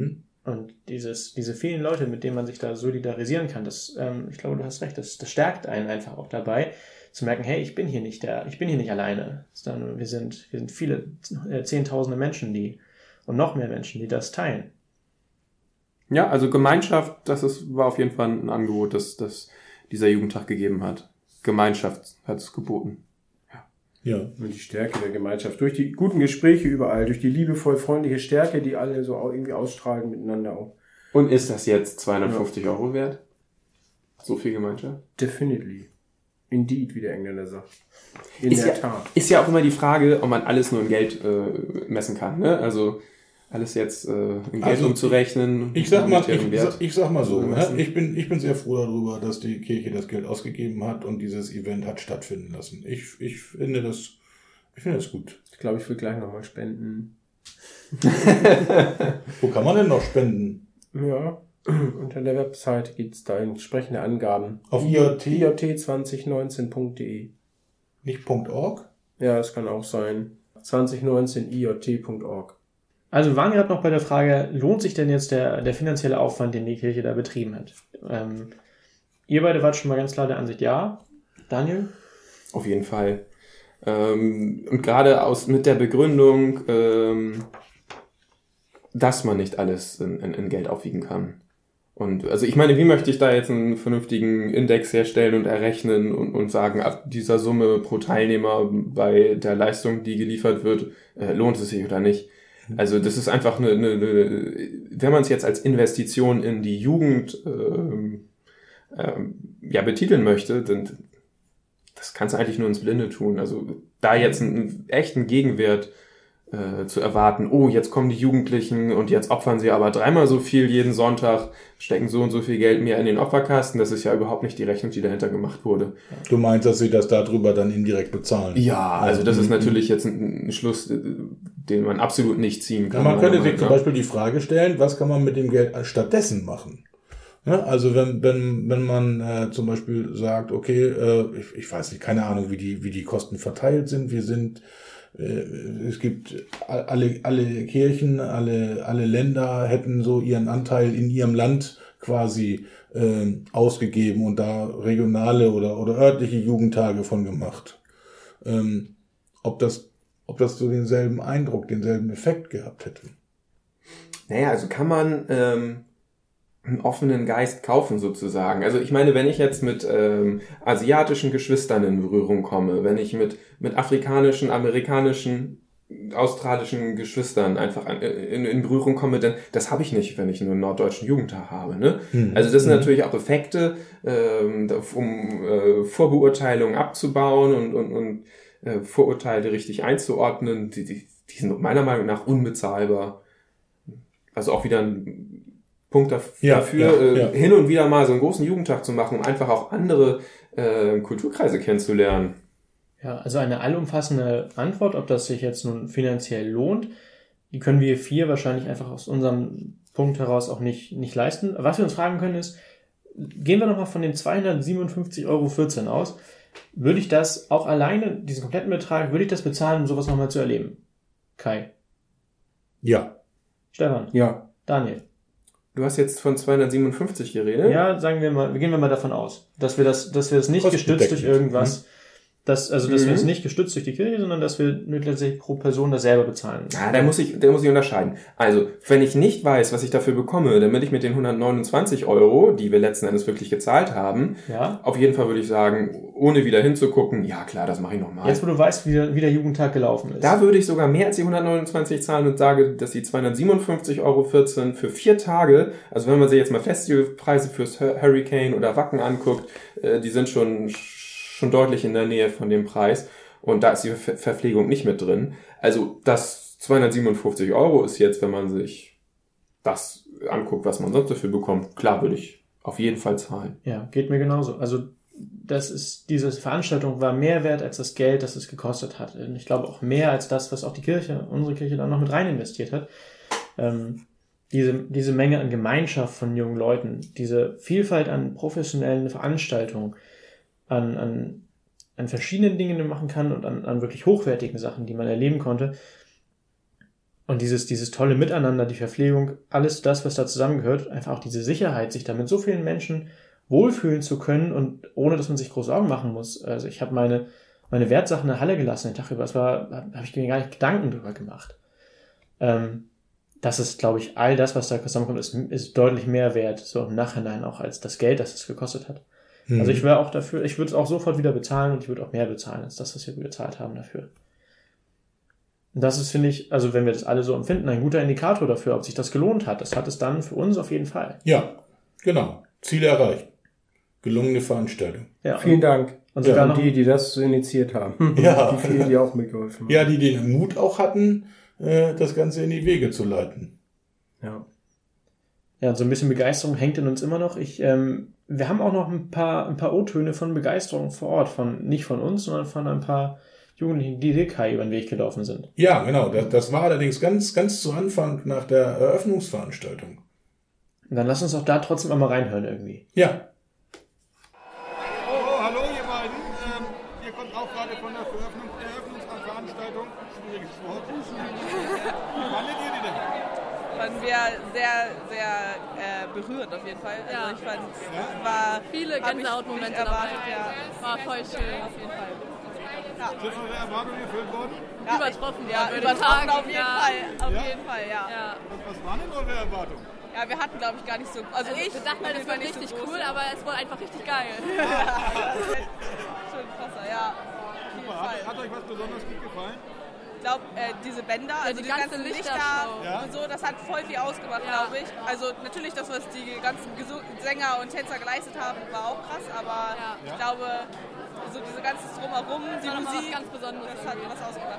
Und dieses, diese vielen Leute, mit denen man sich da solidarisieren kann, das, ähm, ich glaube, du hast recht, das, das stärkt einen einfach auch dabei, zu merken, hey, ich bin hier nicht der, ich bin hier nicht alleine, sondern wir sind, wir sind viele, äh, zehntausende Menschen, die, und noch mehr Menschen, die das teilen. Ja, also Gemeinschaft, das ist, war auf jeden Fall ein Angebot, das, das dieser Jugendtag gegeben hat. Gemeinschaft hat es geboten. Ja, und die Stärke der Gemeinschaft. Durch die guten Gespräche überall, durch die liebevoll freundliche Stärke, die alle so auch irgendwie ausstrahlen miteinander auch. Und ist das jetzt zweihundertfünfzig ja. Euro wert? So viel Gemeinschaft? Definitely. Indeed, wie der Engländer sagt. In ist der ja, Tat. Ist ja auch immer die Frage, ob man alles nur in Geld äh, messen kann. Ne? Also alles jetzt äh, in Geld also umzurechnen. Ich sag mal, ich, Wert, ich sag mal so, ne? ich bin, ich bin sehr froh darüber, dass die Kirche das Geld ausgegeben hat und dieses Event hat stattfinden lassen. Ich, ich finde das, ich finde das gut. Ich glaube, ich will gleich nochmal spenden. Wo kann man denn noch spenden? Ja, unter der Website gibt es da entsprechende Angaben. Auf I O T? I O T zwanzig neunzehn punkt de. Nicht .org? Ja, das kann auch sein. zwanzig neunzehn I O T punkt org. Also wir waren gerade noch bei der Frage, lohnt sich denn jetzt der, der finanzielle Aufwand, den die Kirche da betrieben hat? Ähm, ihr beide wart schon mal ganz klar der Ansicht, ja. Daniel? Auf jeden Fall. Ähm, und gerade aus mit der Begründung, ähm, dass man nicht alles in, in, in Geld aufwiegen kann. Und also ich meine, wie möchte ich da jetzt einen vernünftigen Index herstellen und errechnen und, und sagen, ab dieser Summe pro Teilnehmer bei der Leistung, die geliefert wird, äh, lohnt es sich oder nicht? Also das ist einfach eine, eine, eine wenn man es jetzt als Investition in die Jugend ähm, ähm, ja betiteln möchte, dann das kannst du eigentlich nur ins Blinde tun. Also da jetzt einen, einen echten Gegenwert äh, zu erwarten, oh, jetzt kommen die Jugendlichen und jetzt opfern sie aber dreimal so viel jeden Sonntag, stecken so und so viel Geld mehr in den Opferkasten, das ist ja überhaupt nicht die Rechnung, die dahinter gemacht wurde. Du meinst, dass sie das darüber dann indirekt bezahlen? Ja, also das ist natürlich jetzt ein, ein Schluss, den man absolut nicht ziehen kann. Ja, man könnte sich zum Beispiel die Frage stellen, was kann man mit dem Geld stattdessen machen? Ja, also wenn wenn wenn man äh, zum Beispiel sagt, okay, äh, ich, ich weiß nicht, keine Ahnung, wie die wie die Kosten verteilt sind. Wir sind äh, es gibt alle alle Kirchen, alle alle Länder hätten so ihren Anteil in ihrem Land quasi äh, ausgegeben und da regionale oder oder örtliche Jugendtage von gemacht. Ähm, ob das ob das so denselben Eindruck, denselben Effekt gehabt hätte. Naja, also kann man ähm, einen offenen Geist kaufen sozusagen. Also ich meine, wenn ich jetzt mit ähm, asiatischen Geschwistern in Berührung komme, wenn ich mit mit afrikanischen, amerikanischen, australischen Geschwistern einfach an, in, in Berührung komme, dann das habe ich nicht, wenn ich nur einen norddeutschen Jugendtag habe. Ne? Mhm. Also das sind mhm. natürlich auch Effekte, ähm, um äh, Vorbeurteilungen abzubauen und, und, und äh, Vorurteile richtig einzuordnen. Die, die, die sind meiner Meinung nach unbezahlbar. Also auch wieder ein Punkt dafür, ja, ja, äh, ja. hin und wieder mal so einen großen Jugendtag zu machen, um einfach auch andere äh, Kulturkreise kennenzulernen. Ja, also eine allumfassende Antwort, ob das sich jetzt nun finanziell lohnt, die können wir vier wahrscheinlich einfach aus unserem Punkt heraus auch nicht, nicht leisten. Was wir uns fragen können ist, gehen wir nochmal von den zweihundertsiebenundfünfzig Euro vierzehn aus, würde ich das auch alleine, diesen kompletten Betrag, würde ich das bezahlen, um sowas nochmal zu erleben? Kai? Ja. Stefan? Ja. Daniel? Du hast jetzt von zweihundertsiebenundfünfzig geredet? Ja, sagen wir mal, gehen wir mal davon aus, dass wir das, dass wir das nicht gestützt durch irgendwas, mhm. dass, also, dass mhm. wir es nicht gestützt durch die Kirche, sondern dass wir nur tatsächlich pro Person das selber bezahlen. Ja, da muss ich, da muss ich unterscheiden. Also, wenn ich nicht weiß, was ich dafür bekomme, damit ich mit den hundertneunundzwanzig Euro, die wir letzten Endes wirklich gezahlt haben, ja. auf jeden Fall würde ich sagen, ohne wieder hinzugucken, ja klar, das mache ich nochmal. Jetzt, wo du weißt, wie, wie der Jugendtag gelaufen ist. Da würde ich sogar mehr als die hundertneunundzwanzig zahlen und sage, dass die zweihundertsiebenundfünfzig Euro vierzehn für vier Tage, also wenn man sich jetzt mal Festivalpreise fürs Hurricane oder Wacken anguckt, die sind schon schon deutlich in der Nähe von dem Preis und da ist die Ver- Verpflegung nicht mit drin. Also das zweihundertsiebenundfünfzig Euro ist jetzt, wenn man sich das anguckt, was man sonst dafür bekommt, klar würde ich auf jeden Fall zahlen. Ja, geht mir genauso. Also das ist, diese Veranstaltung war mehr wert als das Geld, das es gekostet hat. Und ich glaube auch mehr als das, was auch die Kirche, unsere Kirche dann noch mit rein investiert hat. Ähm, diese, diese Menge an Gemeinschaft von jungen Leuten, diese Vielfalt an professionellen Veranstaltungen, An, an, an verschiedenen Dingen, die man machen kann und an, an wirklich hochwertigen Sachen, die man erleben konnte. Und dieses, dieses tolle Miteinander, die Verpflegung, alles das, was da zusammengehört, einfach auch diese Sicherheit, sich da mit so vielen Menschen wohlfühlen zu können und ohne, dass man sich groß Sorgen machen muss. Also ich habe meine, meine Wertsachen in der Halle gelassen den Tag über. Das war, habe ich mir gar nicht Gedanken drüber gemacht. Ähm, das ist, glaube ich, all das, was da zusammenkommt, ist, ist deutlich mehr wert, so im Nachhinein auch, als das Geld, das es gekostet hat. Mhm. Also ich wäre auch dafür, ich würde es auch sofort wieder bezahlen und ich würde auch mehr bezahlen, als das, was wir bezahlt haben dafür. Und das ist, finde ich, also wenn wir das alle so empfinden, ein guter Indikator dafür, ob sich das gelohnt hat. Das hat es dann für uns auf jeden Fall. Ja, genau. Ziel erreicht. Gelungene Veranstaltung. Ja, vielen Dank. Und ja, sogar noch die, die das so initiiert haben. Ja. Die vielen, die auch mitgeholfen haben. Ja, die den Mut auch hatten, das Ganze in die Wege zu leiten. Ja. Ja, und so ein bisschen Begeisterung hängt in uns immer noch. Ich, ähm, wir haben auch noch ein paar, ein paar O-Töne von Begeisterung vor Ort. Von, nicht von uns, sondern von ein paar Jugendlichen, die D K über den Weg gelaufen sind. Ja, genau. Das, das war allerdings ganz, ganz zu Anfang nach der Eröffnungsveranstaltung. Und dann lass uns auch da trotzdem einmal reinhören irgendwie. Ja. Oh, hallo ihr beiden. Ähm, ihr kommt auch gerade von der Eröffnung, Eröffnungsveranstaltung. Schwieriges Wort. Wie fandet ihr die denn? Fanden wir sehr, sehr äh, berührend auf jeden Fall. Also Ja. ich fand, Ja. es war Viele Gänsehautmomente erwartet, dabei. ja. War voll schön, auf jeden Fall. Ja. Sind eure Erwartungen erfüllt worden? Ja, Übertroffen, ja, würde ich übertroffen sagen, auf jeden ja. Fall, auf Ja? jeden Fall, ja. Ja. Was, was waren denn eure Erwartungen? Ja, wir hatten, glaube ich, gar nicht so, also, Also ich wir dachten auf halt, jeden es Fall wird nicht richtig so cool, groß. aber es wurde einfach richtig geil. Schön krasser, ja. Super. Hat, hat euch was besonders gut gefallen? Ich glaube, äh, diese Bänder, Ja, also die die ganze ganzen Lichter Lichtershow. Ja. und so, das hat voll viel ausgemacht, Ja. glaube ich. Also natürlich das, was die ganzen Gesu- Sänger und Tänzer geleistet haben, war auch krass, aber Ja. ich glaube, so diese ganze Drumherum, die war noch mal was Musik, ganz Besonderes das hat was ausgemacht.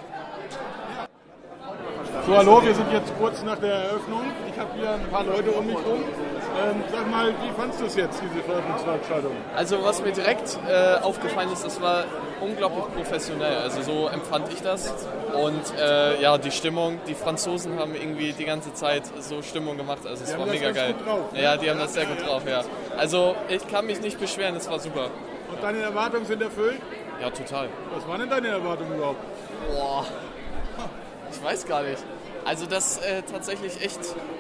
So, hallo, wir sind jetzt kurz nach der Eröffnung. Ich habe hier ein paar Leute um mich rum. Ähm, sag mal, wie fandst du es jetzt, diese Eröffnungsveranstaltung? Also was mir direkt äh, aufgefallen ist, das war unglaublich professionell. Also so empfand ich das. Und äh, ja, die Stimmung, die Franzosen haben irgendwie die ganze Zeit so Stimmung gemacht. Also es Die war haben das mega ganz geil. gut drauf, ne? Ja, die haben das sehr gut drauf, ja. Also ich kann mich nicht beschweren, es war super. Und deine Erwartungen sind erfüllt? Ja, total. Was waren denn deine Erwartungen überhaupt? Boah, ich weiß gar nicht. Also dass äh, tatsächlich echt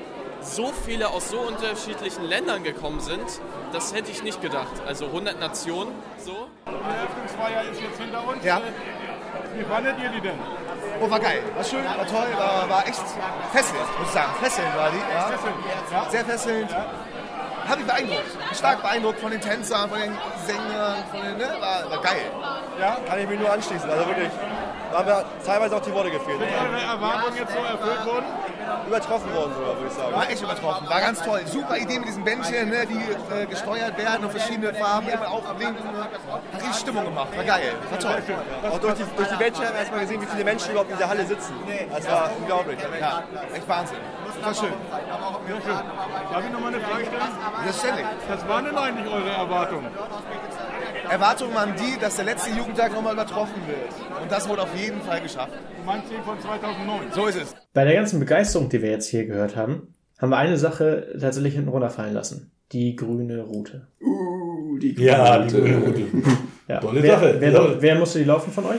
so viele aus so unterschiedlichen Ländern gekommen sind, das hätte ich nicht gedacht. Also hundert Nationen, so. Die Eröffnungsfeier ist jetzt hinter uns. Ja. Wie fandet ihr die denn? Oh, war geil. War schön, war toll, war, war echt fesselnd, muss ich sagen. Fesselnd war die. Ja. Fesselnd, ja. Sehr fesselnd. Ja. Hab mich beeindruckt. Stark beeindruckt von den Tänzern, von den Sängern, von den, ne? War, war geil. Ja? Kann ich mich nur anschließen. Also wirklich, da haben wir teilweise auch die Worte gefehlt. Sind eure Erwartungen jetzt so erfüllt worden? Übertroffen worden sogar, würde ich sagen. War echt übertroffen. War ganz toll. Super Idee mit diesen Bändchen, ne, die äh, gesteuert werden und verschiedene Farben immer aufblinken. Hat richtig Stimmung gemacht. War geil. War toll. Auch durch die, durch die Bändchen haben wir erstmal gesehen, wie viele Menschen überhaupt in der Halle sitzen. Das war unglaublich. Ja, echt Wahnsinn. War schön. Sehr schön. Darf ich noch mal eine Frage stellen? Selbstverständlich. Was waren denn eigentlich eure Erwartungen? Erwartungen waren die, dass der letzte Jugendtag nochmal übertroffen wird. Und das wurde auf jeden Fall geschafft. Du meinst den von zweitausendneun? So ist es. Bei der ganzen Begeisterung, die wir jetzt hier gehört haben, haben wir eine Sache tatsächlich hinten runterfallen lassen. Die grüne Route. Uh, die grüne ja, Route. Die grüne Route. Ja. Tolle wer, Sache. Wer, Tolle. wer musste die laufen von euch?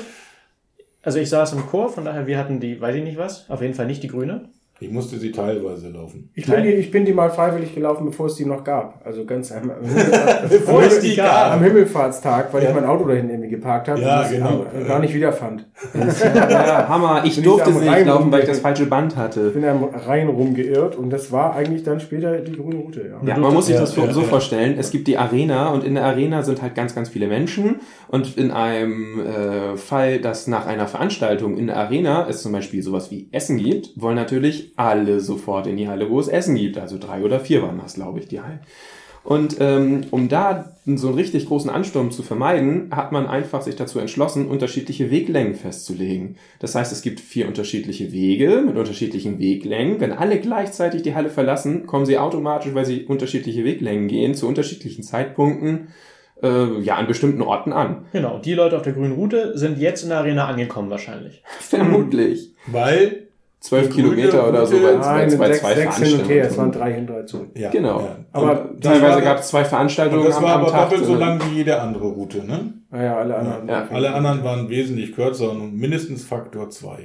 Also ich saß im Chor, von daher wir hatten die, weiß ich nicht was, auf jeden Fall nicht die grüne. Ich musste sie teilweise laufen. Ich bin, die, ich bin die mal freiwillig gelaufen, bevor es die noch gab. Also ganz am, bevor es die gab. Am Himmelfahrtstag, weil ja. ich mein Auto da hinten irgendwie geparkt habe ja, und genau. das gar nicht wiederfand. Das ist ja, ja Hammer. Ich durfte es nicht laufen, weil ich das falsche Band hatte. Ich bin am Rhein rumgeirrt und das war eigentlich dann später die grüne Route. Ja, ja man muss sich das ja, so ja. vorstellen. Es gibt die Arena und in der Arena sind halt ganz, ganz viele Menschen und in einem äh, Fall, dass nach einer Veranstaltung in der Arena es zum Beispiel sowas wie Essen gibt, wollen natürlich alle sofort in die Halle, wo es Essen gibt. Also drei oder vier waren das, glaube ich, die Hallen. Und ähm, um da so einen richtig großen Ansturm zu vermeiden, hat man einfach sich dazu entschlossen, unterschiedliche Weglängen festzulegen. Das heißt, es gibt vier unterschiedliche Wege mit unterschiedlichen Weglängen. Wenn alle gleichzeitig die Halle verlassen, kommen sie automatisch, weil sie unterschiedliche Weglängen gehen, zu unterschiedlichen Zeitpunkten äh, ja an bestimmten Orten an. Genau, die Leute auf der grünen Route sind jetzt in der Arena angekommen wahrscheinlich. Vermutlich. Weil Zwölf Kilometer oder so bei, Nein, bei sechs, zwei sechs Veranstaltungen. Es waren drei hin, drei zurück. Ja, genau. Ja. Aber teilweise gab es zwei Veranstaltungen das am, war am aber Tag. doppelt so lang wie jede andere Route, ne? Ja, ja, alle anderen. Ja. Alle anderen waren wesentlich kürzer und mindestens Faktor zwei, ja.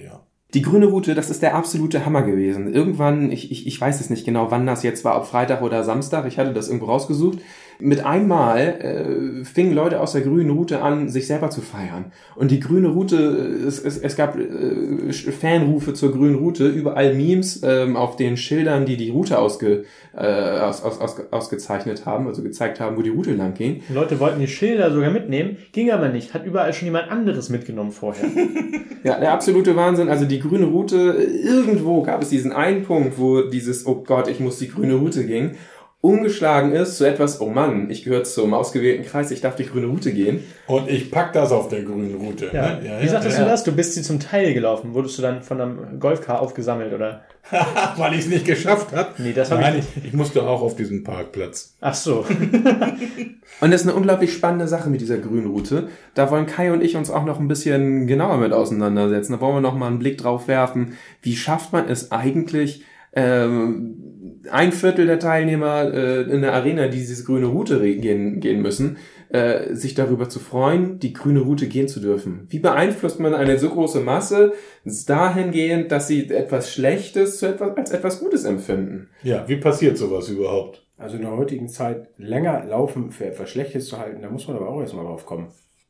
Die grüne Route, das ist der absolute Hammer gewesen. Irgendwann, ich, ich, ich weiß es nicht genau, wann das jetzt war, ob Freitag oder Samstag, ich hatte das irgendwo rausgesucht. Mit einmal äh, fingen Leute aus der grünen Route an, sich selber zu feiern. Und die grüne Route, es, es, es gab äh, Fanrufe zur grünen Route, überall Memes ähm, auf den Schildern, die die Route ausge, äh, aus, aus, aus, ausgezeichnet haben, also gezeigt haben, wo die Route lang ging. Die Leute wollten die Schilder sogar mitnehmen, ging aber nicht, hat überall schon jemand anderes mitgenommen vorher. Ja, der absolute Wahnsinn. Also die grüne Route, irgendwo gab es diesen einen Punkt, wo dieses, oh Gott, ich muss die grüne Route gehen, umgeschlagen ist zu etwas, oh Mann, ich gehöre zum ausgewählten Kreis, ich darf die grüne Route gehen. Und ich pack das auf der grünen Route. Ja. Ne? Ja, Wie sagtest ja. du das? Du bist sie zum Teil gelaufen. Wurdest du dann von einem Golfcar aufgesammelt, oder? Weil ich es nicht geschafft habe? Nee, das habe ich nicht. Ich musste auch auf diesen Parkplatz. Ach so. Und das ist eine unglaublich spannende Sache mit dieser grünen Route. Da wollen Kai und ich uns auch noch ein bisschen genauer mit auseinandersetzen. Da wollen wir noch mal einen Blick drauf werfen. Wie schafft man es eigentlich, ähm, ein Viertel der Teilnehmer äh, in der Arena, die diese grüne Route gehen, gehen müssen, äh, sich darüber zu freuen, die grüne Route gehen zu dürfen. Wie beeinflusst man eine so große Masse dahingehend, dass sie etwas Schlechtes zu etwas, als etwas Gutes empfinden? Ja, wie passiert sowas überhaupt? Also in der heutigen Zeit länger laufen für etwas Schlechtes zu halten, da muss man aber auch erstmal drauf kommen.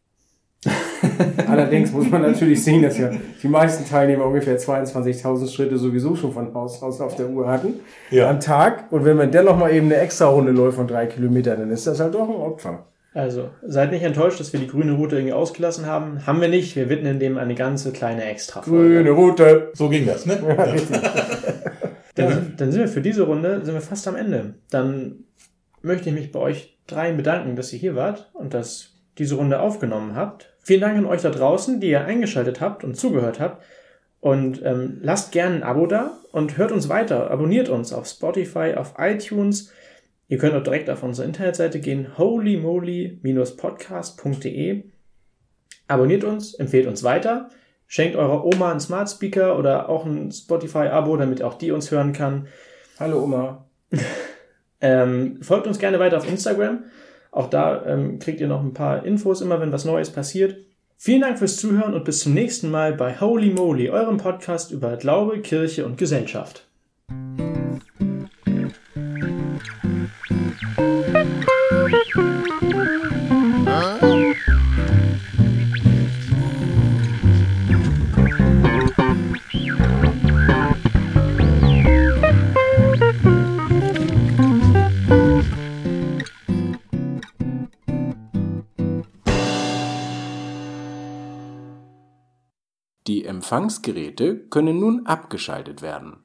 Allerdings muss man natürlich sehen, dass ja die meisten Teilnehmer ungefähr zweiundzwanzigtausend Schritte sowieso schon von Haus aus auf der Uhr hatten ja. am Tag. Und wenn man dann noch mal eben eine extra Runde läuft von drei Kilometern, dann ist das halt doch ein Opfer. Also, seid nicht enttäuscht, dass wir die grüne Route irgendwie ausgelassen haben. Haben wir nicht. Wir widmen dem eine ganze kleine Extra-Folge. Grüne Route. So ging das, ne? Ja, richtig. Dann, dann sind wir für diese Runde sind wir fast am Ende. Dann möchte ich mich bei euch dreien bedanken, dass ihr hier wart und dass diese Runde aufgenommen habt. Vielen Dank an euch da draußen, die ihr eingeschaltet habt und zugehört habt. Und ähm, lasst gerne ein Abo da und hört uns weiter. Abonniert uns auf Spotify, auf iTunes. Ihr könnt auch direkt auf unsere Internetseite gehen, holy moly Bindestrich podcast punkt de. Abonniert uns, empfehlt uns weiter. Schenkt eurer Oma einen Smart Speaker oder auch ein Spotify-Abo, damit auch die uns hören kann. Hallo Oma. ähm, folgt uns gerne weiter auf Instagram. Auch da ähm, kriegt ihr noch ein paar Infos immer, wenn was Neues passiert. Vielen Dank fürs Zuhören und bis zum nächsten Mal bei Holy Moly, eurem Podcast über Glaube, Kirche und Gesellschaft. Die Empfangsgeräte können nun abgeschaltet werden.